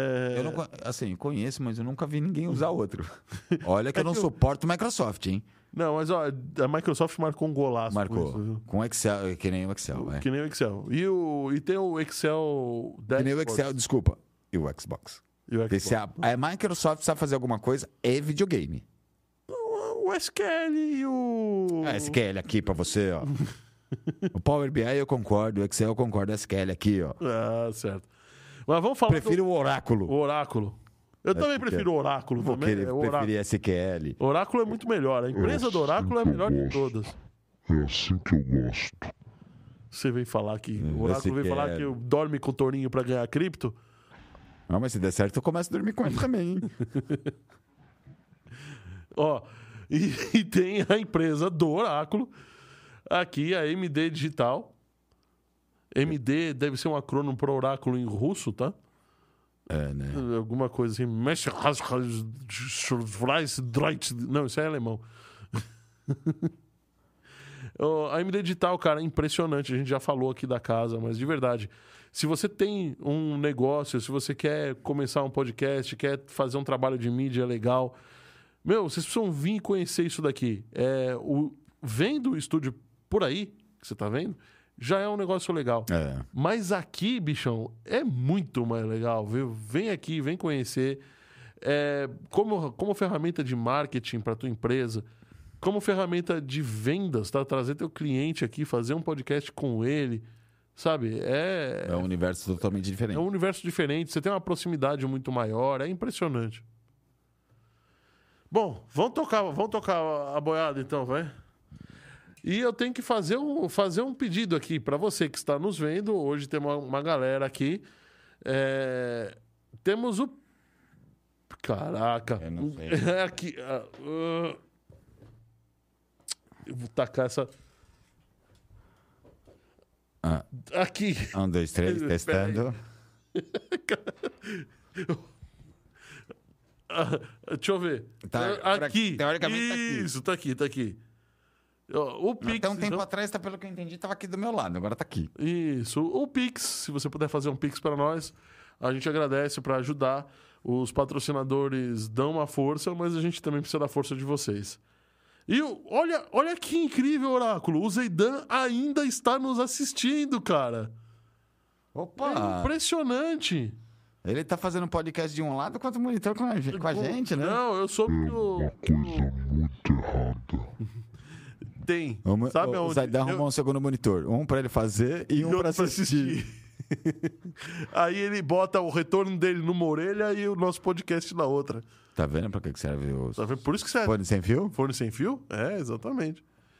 Eu conheço, mas eu nunca vi ninguém usar outro. Olha que eu não suporto Microsoft, hein? Não, mas ó, a Microsoft marcou um golaço. Marcou. Com isso, Com Excel, que nem o Excel. que nem o Excel. E tem o Excel Que nem o Dashboard. Excel, desculpa. E o Xbox. E o Xbox. Se a Microsoft sabe fazer alguma coisa, é videogame. O SQL e o... A SQL aqui pra você, ó. O Power BI eu concordo, o Excel eu concordo, a SQL aqui, ó. Ah, certo. Mas vamos falar Prefiro o o Oráculo. Oráculo. Eu também SQL. prefiro o Oráculo. Vou Também. querer, O Oráculo. preferir SQL. Oráculo é muito melhor. A empresa do Oráculo é a melhor de todas. É assim que eu gosto. Você veio falar que... O Oráculo veio falar SQL. que dorme com o tourinho pra ganhar cripto. Não, mas se der certo, eu começo a dormir com ele também, hein? Ó, e tem a empresa do Oráculo, aqui a MD Digital. MD deve ser um acrônimo para Oráculo em russo, tá? É, né? Alguma coisa assim. Não, isso é alemão. Ó, a MD Digital, cara, é impressionante. A gente já falou aqui da casa, mas de verdade. Se você tem um negócio, se você quer começar um podcast, quer fazer um trabalho de mídia legal, vocês precisam vir conhecer isso daqui. Vendo o estúdio por aí, que você tá vendo, já é um negócio legal. É. Mas aqui, bichão, é muito mais legal, viu? Vem aqui, vem conhecer. Como ferramenta de marketing para tua empresa, como ferramenta de vendas, tá? Trazer teu cliente aqui, fazer um podcast com ele, sabe? É um universo totalmente diferente. É um universo diferente, você tem uma proximidade muito maior, é impressionante. Bom, vamos tocar a boiada então, vai? E eu tenho que fazer um pedido aqui para você que está nos vendo. Hoje tem uma galera aqui. Temos o... Caraca. Eu não sei. Aqui. Eu vou tacar essa... Aqui. 1, 2, 3, testando. Deixa eu ver. Tá, aqui. teoricamente tá aqui. Isso, tá aqui. O Pix. Até um tempo então- atrás, pelo que eu entendi, tava aqui do meu lado, agora tá aqui. Isso. O Pix, se você puder fazer um Pix para nós, a gente agradece para ajudar. Os patrocinadores dão uma força, mas a gente também precisa da força de vocês. E olha que incrível, Oráculo. O Zeidan ainda está nos assistindo, cara. É Opa! impressionante. Ele tá fazendo podcast de um lado quanto monitor com a gente, né? Não, eu soube que Uma coisa muito errada. tem. Vamos, Sabe o aonde? Zaidan arrumou um segundo monitor. Um pra ele fazer e um outro pra pra assistir. Aí ele bota o retorno dele numa orelha e o nosso podcast na outra. Tá vendo pra que serve o Tá vendo? Por isso que serve. fone sem fio? Fone sem fio? É, exatamente.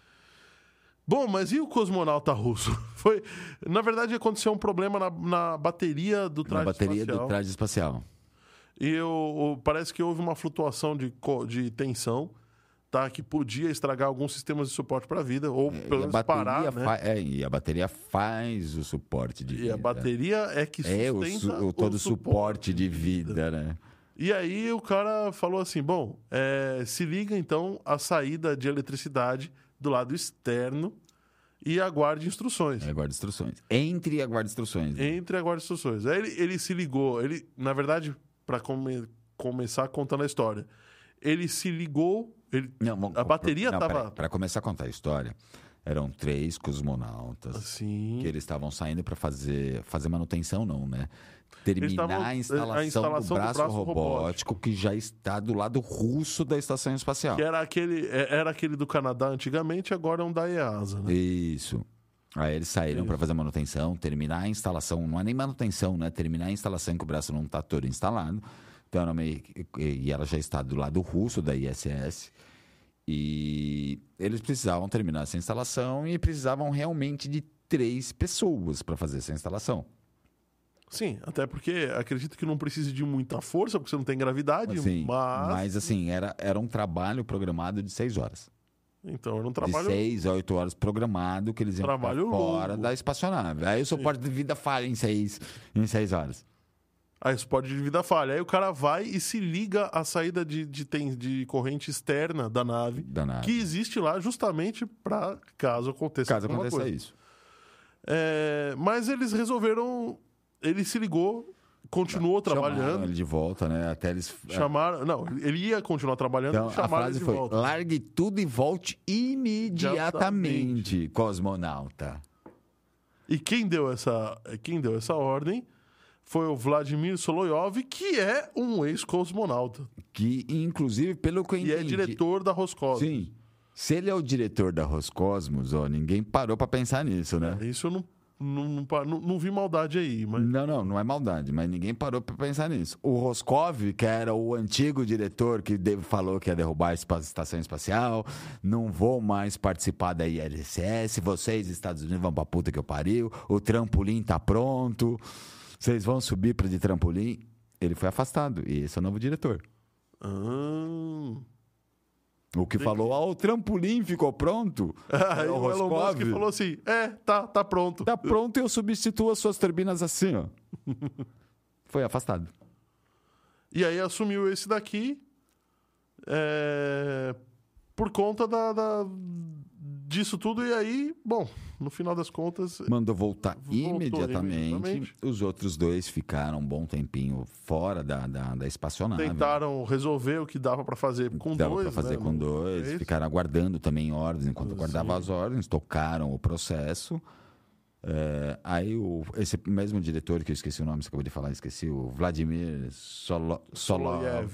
Bom, mas e o cosmonauta russo? Na verdade, aconteceu um problema na bateria do Na traje bateria espacial. do traje espacial. E parece que houve uma flutuação de tensão, tá? Que podia estragar alguns sistemas de suporte para a vida, ou pelo menos parar, né? E a bateria faz o suporte de vida. E a bateria é que sustenta todo o suporte de vida, né? E aí o cara falou assim, bom, se liga então a saída de eletricidade do lado externo e aguarde instruções. Aguarda instruções. Entre aguarda instruções. Né? Entre aguarde instruções. Aí ele se ligou, na verdade, para começar contando a história, ele se ligou, a bateria estava... Para começar a contar a história, eram 3 cosmonautas Assim... que eles estavam saindo para fazer manutenção, não, né? Terminar a instalação do braço robótico que já está do lado russo da estação espacial. Que era aquele do Canadá antigamente, agora é um da EASA, né? Isso. Aí eles saíram para fazer manutenção, terminar a instalação, não é nem manutenção, né? Terminar a instalação que o braço não está todo instalado. Então, e ela já está do lado russo da ISS. E eles precisavam terminar essa instalação e precisavam realmente de 3 pessoas para fazer essa instalação. Sim, até porque acredito que não precise de muita força, porque você não tem gravidade, Mas assim, era um trabalho programado de 6 horas. Então, era um trabalho... De 6 a 8 horas programado que eles iam ficar fora longo. Da espaçonave. Aí o suporte de vida falha em 6 horas. Aí o suporte de vida falha. Aí o cara vai e se liga à saída de corrente externa da nave, que existe lá justamente para caso aconteça alguma coisa. Isso. Mas eles resolveram... Ele se ligou continuou Chamaram trabalhando. ele de volta, né? Até eles... Chamaram... Não, ele ia continuar trabalhando, Então, a chamaram frase ele de foi, volta. largue tudo e volte imediatamente, cosmonauta. E quem deu essa ordem foi o Vladimir Solovyov, que é um ex-cosmonauta. Que, inclusive, pelo que eu E entendi... é diretor da Roscosmos. Sim. Se ele é o diretor da Roscosmos, ninguém parou pra pensar nisso, né? Isso eu não vi maldade aí, mas... Não é maldade, mas ninguém parou pra pensar nisso. O Roscov, que era o antigo diretor que falou que ia derrubar a estação espacial, não vou mais participar da ISS, vocês, Estados Unidos, vão pra puta que eu pariu, o trampolim tá pronto, vocês vão subir de trampolim. Ele foi afastado, e esse é o novo diretor. O que falou, o trampolim ficou pronto. Aí o Elon Musk falou assim, tá pronto. Tá pronto e eu substituo as suas turbinas assim, ó. Foi afastado. E aí assumiu esse daqui por conta disso tudo. E aí, bom, no final das contas... Mandou voltar imediatamente. Os outros dois ficaram um bom tempinho fora da espaçonave. Tentaram resolver o que dava pra fazer com dois. Dava pra fazer com dois. Ficaram aguardando também ordens. Enquanto guardavam as ordens, tocaram o processo. Aí esse mesmo diretor, que eu esqueci o nome, você acabou de falar, esqueci, o Vladimir Solovyov,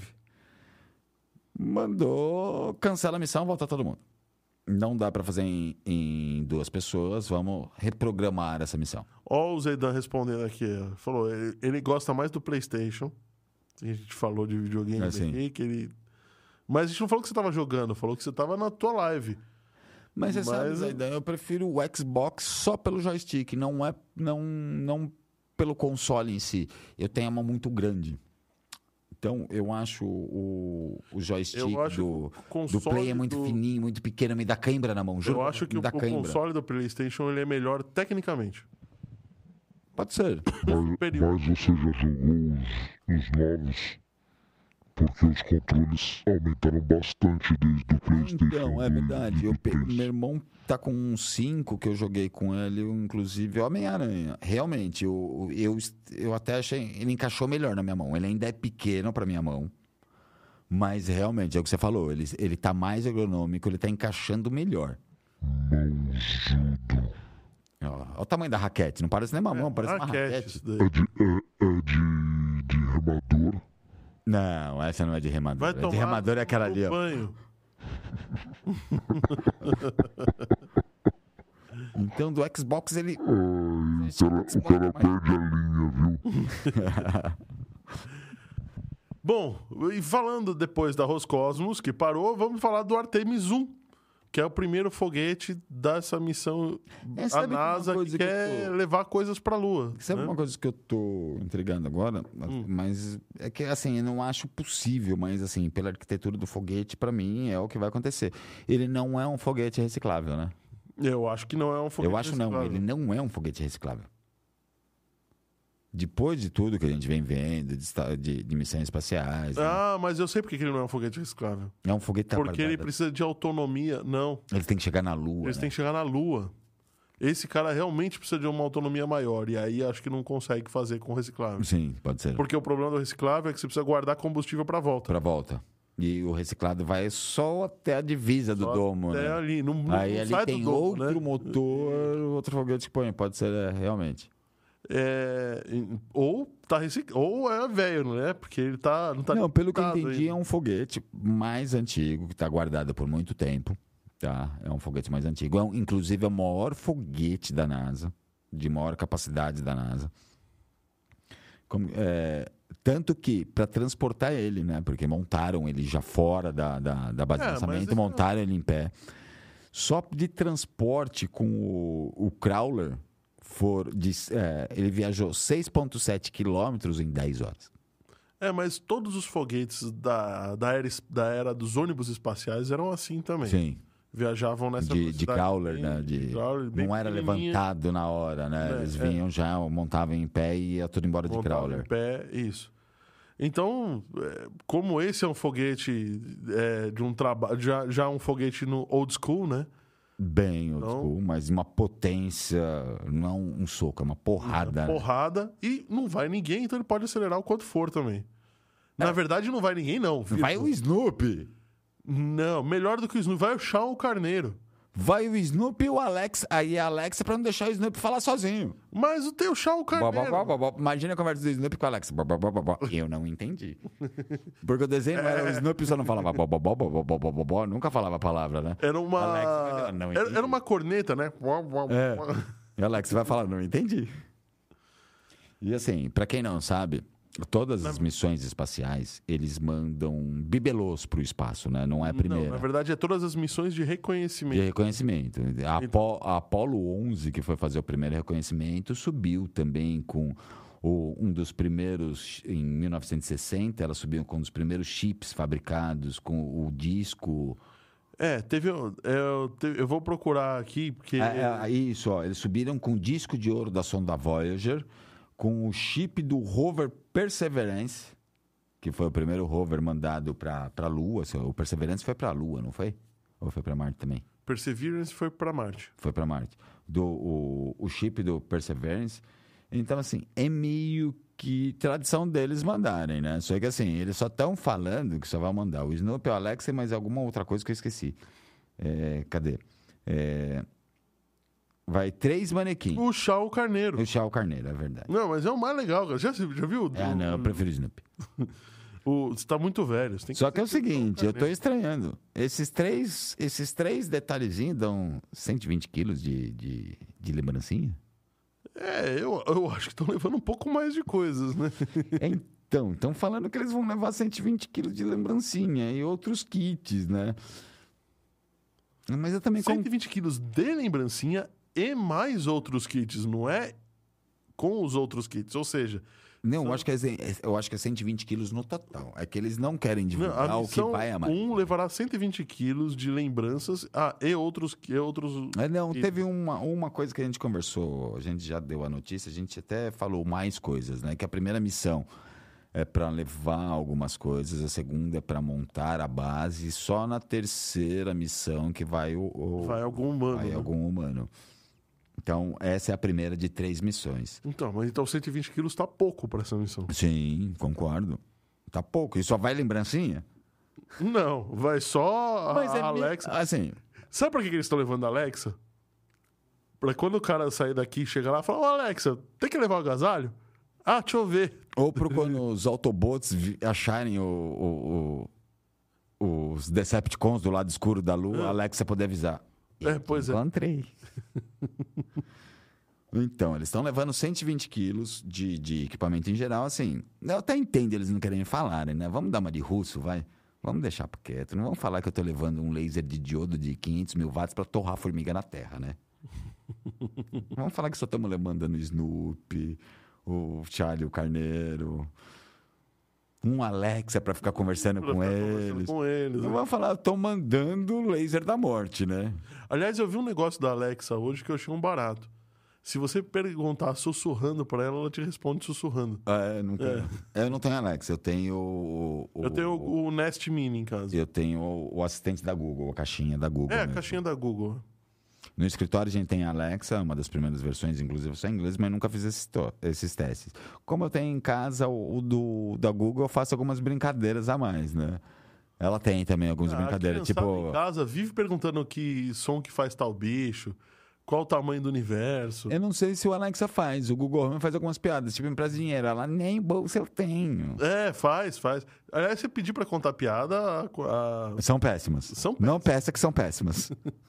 mandou cancela a missão, volta todo mundo. Não dá para fazer em 2 pessoas, vamos reprogramar essa missão. Ó o Zeidan respondendo aqui, falou, ele gosta mais do PlayStation. A gente falou de videogame aqui, que ele... Mas a gente não falou que você tava jogando, falou que você tava na tua live. Mas você sabe, Zeidan, eu prefiro o Xbox só pelo joystick, não pelo console em si. Eu tenho a mão muito grande. Então, eu acho o joystick do Play é muito fininho, muito pequeno, me dá cãibra na mão. Juro, eu acho que o console do PlayStation ele é melhor tecnicamente. Pode ser. Mas você já jogou os novos? Porque os controles aumentaram bastante desde o PlayStation. Então, é verdade. Meu irmão tá com um 5 que eu joguei com ele, inclusive o Homem-Aranha. Realmente, eu até achei... Ele encaixou melhor na minha mão. Ele ainda é pequeno pra minha mão. Mas realmente, é o que você falou. Ele tá mais ergonômico, ele tá encaixando melhor. Mãozudo. Olha o tamanho da raquete. Não parece nem uma mão, parece uma raquete. É de remador. Não, essa não é de remador. De remador é aquela ali, ó. Banho. Então, do Xbox, ele... O cara perde a linha, viu? Bom, e falando depois da Roscosmos, que parou, vamos falar do Artemis 1, que é o primeiro foguete dessa missão a NASA que quer levar coisas para a Lua. Sabe uma coisa que eu tô intrigando agora? Mas é que, assim, eu não acho possível, mas, assim, pela arquitetura do foguete, para mim, é o que vai acontecer. Ele não é um foguete reciclável, né? Eu acho que não é um foguete reciclável. Ele não é um foguete reciclável. Depois de tudo que a gente vem vendo, de missões espaciais... Mas eu sei porque que ele não é um foguete reciclável. É um foguete... Porque ele precisa de autonomia. Não. Eles têm que chegar na Lua. Eles têm que chegar na Lua. Esse cara realmente precisa de uma autonomia maior. E aí acho que não consegue fazer com reciclável. Sim, pode ser. Porque o problema do reciclável é que você precisa guardar combustível para volta. Para volta. E o reciclado vai só até a divisa do domo, até né? Ali. Não aí ali sai tem do domo, outro né? motor, outro foguete que põe. Pode ser, realmente. Ou é velho, né? Porque ele tá... Não, pelo que eu entendi, é um foguete mais antigo, que está guardado por muito tempo. Tá? É um foguete mais antigo. Inclusive, é o maior foguete da NASA, de maior capacidade da NASA. Tanto que, para transportar ele, né? Porque montaram ele já fora da base de lançamento, montaram ele em pé. Só de transporte com o Crawler, ele viajou 6,7 quilômetros em 10 horas. Mas todos os foguetes da era dos ônibus espaciais eram assim também. Sim. Viajavam nessa de Crawler, né? Não era levantado na hora, né? Eles vinham já, montavam em pé e ia tudo embora de Crawler. Em pé, isso. Então, como esse é um foguete de um trabalho, já um foguete no old school, né? Bem old Então- school, mas uma potência, não é um soco, é uma porrada. né? Porrada e não vai ninguém, então ele pode acelerar o quanto for também. Na verdade, não vai ninguém, não. Vai o Snoopy. Não, melhor do que o Snoopy. Vai o Shawn Carneiro. Vai o Snoopy e o Alex. Aí a Alexa pra não deixar o Snoopy falar sozinho. Mas o teu Shawn Carneiro. Imagina a conversa do Snoopy com o Alex. Eu não entendi. Porque o desenho não era o Snoopy, só não falava nunca falava a palavra, né? Era uma. Alex, não entendi. Era uma corneta, né? E o Alex vai falar, não entendi. E assim, pra quem não sabe, todas as missões espaciais, eles mandam bibelôs pro espaço, né? Não é a primeira. Não, na verdade, é todas as missões de De reconhecimento. reconhecimento. A Apollo 11, que foi fazer o primeiro reconhecimento, subiu também com um dos primeiros, em 1960, ela subiu com um dos primeiros chips fabricados, com o disco. Eu vou procurar aqui, porque. Isso, ó, eles subiram com o disco de ouro da sonda Voyager, com o chip do rover Perseverance, que foi o primeiro rover mandado para a Lua. O Perseverance foi para a Lua, não foi? Ou foi para Marte também? Perseverance foi para Marte. Foi para Marte. O chip do Perseverance. Então, assim, é meio que tradição deles mandarem, né? Só que, assim, eles só estão falando que só vai mandar o Snoopy, o Alexa e mais alguma outra coisa que eu esqueci. Cadê? Vai 3 manequins. O Shawn Carneiro. O Shawn Carneiro, é verdade. Não, mas é o mais legal, cara. Já viu? Não, eu prefiro o Snoopy. Você tá muito velho. Você tem Só que é o ter o Shawn seguinte, eu tô Carneiro. estranhando. Esses três detalhezinhos dão 120 quilos de lembrancinha? Eu acho que estão levando um pouco mais de coisas, né? Então, estão falando que eles vão levar 120 quilos de lembrancinha e outros kits, né? Mas eu também... 120 quilos de lembrancinha e mais outros kits, não é com os outros kits. Ou seja, Não, eu acho que é 120 quilos no total. É que eles não querem divulgar a o que missão vai a mais. levará 120 quilos de lembranças e outros. Não, teve uma coisa que a gente conversou, a gente já deu a notícia, a gente até falou mais coisas, né? Que a primeira missão é para levar algumas coisas, a segunda é para montar a base, e só na terceira missão que vai Vai algum humano. vai né? algum humano. Então, essa é a primeira de 3 missões. Então 120 quilos tá pouco para essa missão. Sim, concordo. Tá pouco. E só vai lembrancinha? Não, vai só Mas a Alexa. Assim, Sabe por que eles estão levando a Alexa? Pra quando o cara sair daqui, chegar lá e falar: Ô Alexa, tem que levar o agasalho? Ah, deixa eu ver. ou para quando os Autobots acharem os Decepticons do lado escuro da Lua, a Alexa poder avisar. Pois é. Encontrei. Então, eles estão levando 120 quilos de equipamento em geral, assim. Eu até entendo eles não querem falarem, né? Vamos dar uma de russo, vai? Vamos deixar quieto. Não vamos falar que eu tô levando um laser de diodo de 500 mil watts para torrar a formiga na Terra, né? Vamos falar que só estamos mandando o Snoopy, o Charlie, o Carneiro, um Alexa para ficar conversando Pra com ficar conversando eles. com eles, Não né? vamos falar, tô mandando o laser da morte, né? Aliás, eu vi um negócio da Alexa hoje que eu achei um barato. Se você perguntar sussurrando pra ela, ela te responde sussurrando. Não tenho. Eu não tenho Alexa, eu tenho Eu tenho o Nest Mini em casa. Eu tenho o assistente da Google, a caixinha da Google. A mesmo. caixinha da Google. No escritório a gente tem a Alexa, uma das primeiras versões, inclusive só em inglês, mas nunca fiz esses testes. Como eu tenho em casa da Google, eu faço algumas brincadeiras a mais, né? Ela tem também algumas brincadeiras, A criançada tipo... em casa vive perguntando que som que faz tal bicho, qual o tamanho do universo. Eu não sei se o Alexa faz, o Google Home faz algumas piadas, tipo, empresta dinheiro. Ela, nem bolsa eu tenho. Faz. Aliás, você pedir pra contar piada, São péssimas. São Não peça que são péssimas.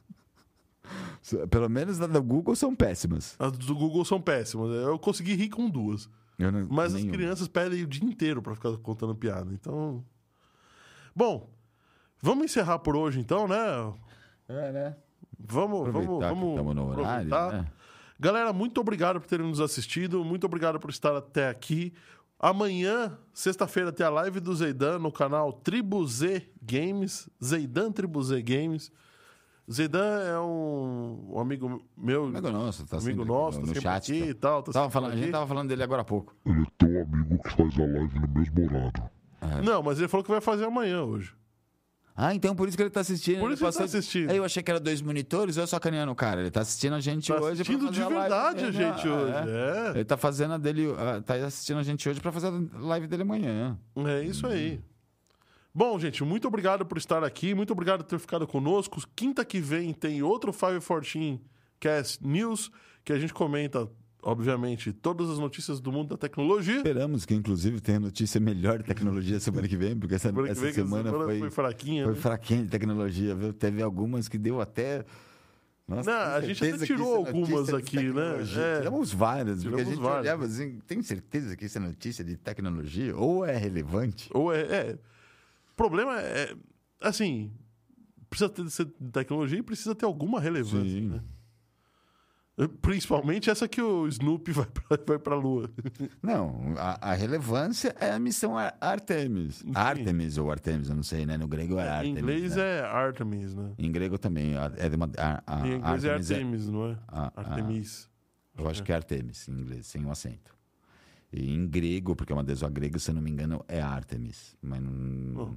Pelo menos da Google são péssimas. as do Google são péssimas. Eu consegui rir com 2. Mas as Nenhuma. crianças pedem o dia inteiro pra ficar contando piada. Então. Bom, vamos encerrar por hoje então, né? né? Vamos Aproveitar que estamos no horário, aproveitar. né? Galera, muito obrigado por terem nos assistido. Muito obrigado por estar até aqui. Amanhã, sexta-feira, tem a live do Zeidan no canal Tribu Z Games. Zeidan Tribu Z Games. Zeidan é um amigo meu. Amigo nosso, tá amigo sempre nosso, no tá sempre chat. aqui e tal. Tá sempre A gente aqui. tava falando dele agora há pouco. Ele é teu amigo que faz a live no mesmo horário. Não, mas ele falou que vai fazer amanhã hoje. Ah, então por isso que ele tá assistindo. Por isso que ele tá assistindo. Aí eu achei que era 2 monitores, eu só caneando o cara. Ele tá assistindo a gente Tá hoje. assistindo de verdade a gente hoje. Ele tá fazendo a dele. Tá assistindo a gente hoje pra fazer a live dele amanhã. É isso aí. Bom, gente, muito obrigado por estar aqui. Muito obrigado por ter ficado conosco. Quinta que vem tem outro 514 Cast News, que a gente comenta, obviamente, todas as notícias do mundo da tecnologia. Esperamos que, inclusive, tenha notícia melhor de tecnologia semana que vem, porque essa semana foi fraquinha. Foi né? fraquinha de tecnologia, viu? Teve algumas que deu até... Nossa, Não, a gente até tirou algumas aqui, né? Tiramos várias, porque a gente várias. olhava assim, tem certeza que isso é notícia de tecnologia? Ou é relevante? Ou O problema é, assim, precisa ser tecnologia e precisa ter alguma relevância, Sim. né? Principalmente essa que o Snoopy vai pra Lua. Não, a relevância é a missão Artemis. Sim. Artemis ou Artemis, eu não sei, né? No grego é Em Artemis. inglês né? é Artemis, né? Em grego também. É de uma, Em inglês é Artemis Artemis, não é? a- Artemis. Eu acho que é Artemis, em inglês, sem um acento. E em grego, porque é uma deusa grega, se eu não me engano, é Artemis. Mas não...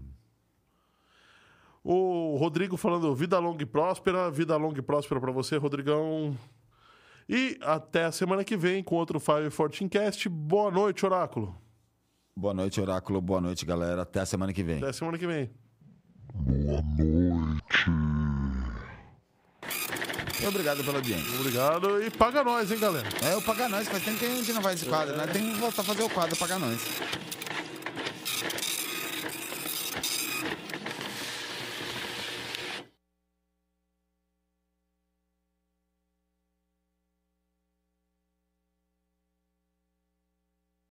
O Rodrigo falando vida longa e próspera pra você, Rodrigão. E até a semana que vem com outro 514 Cast. Boa noite, Oráculo. Boa noite, Oráculo. Boa noite, galera. Até a semana que vem. Até a semana que vem. Boa noite. Obrigado pela audiência. Obrigado e paga nós, hein, galera. O Paga Nós, faz tempo que a gente não faz esse quadro, né? Tem que voltar a fazer o quadro Paga Nós.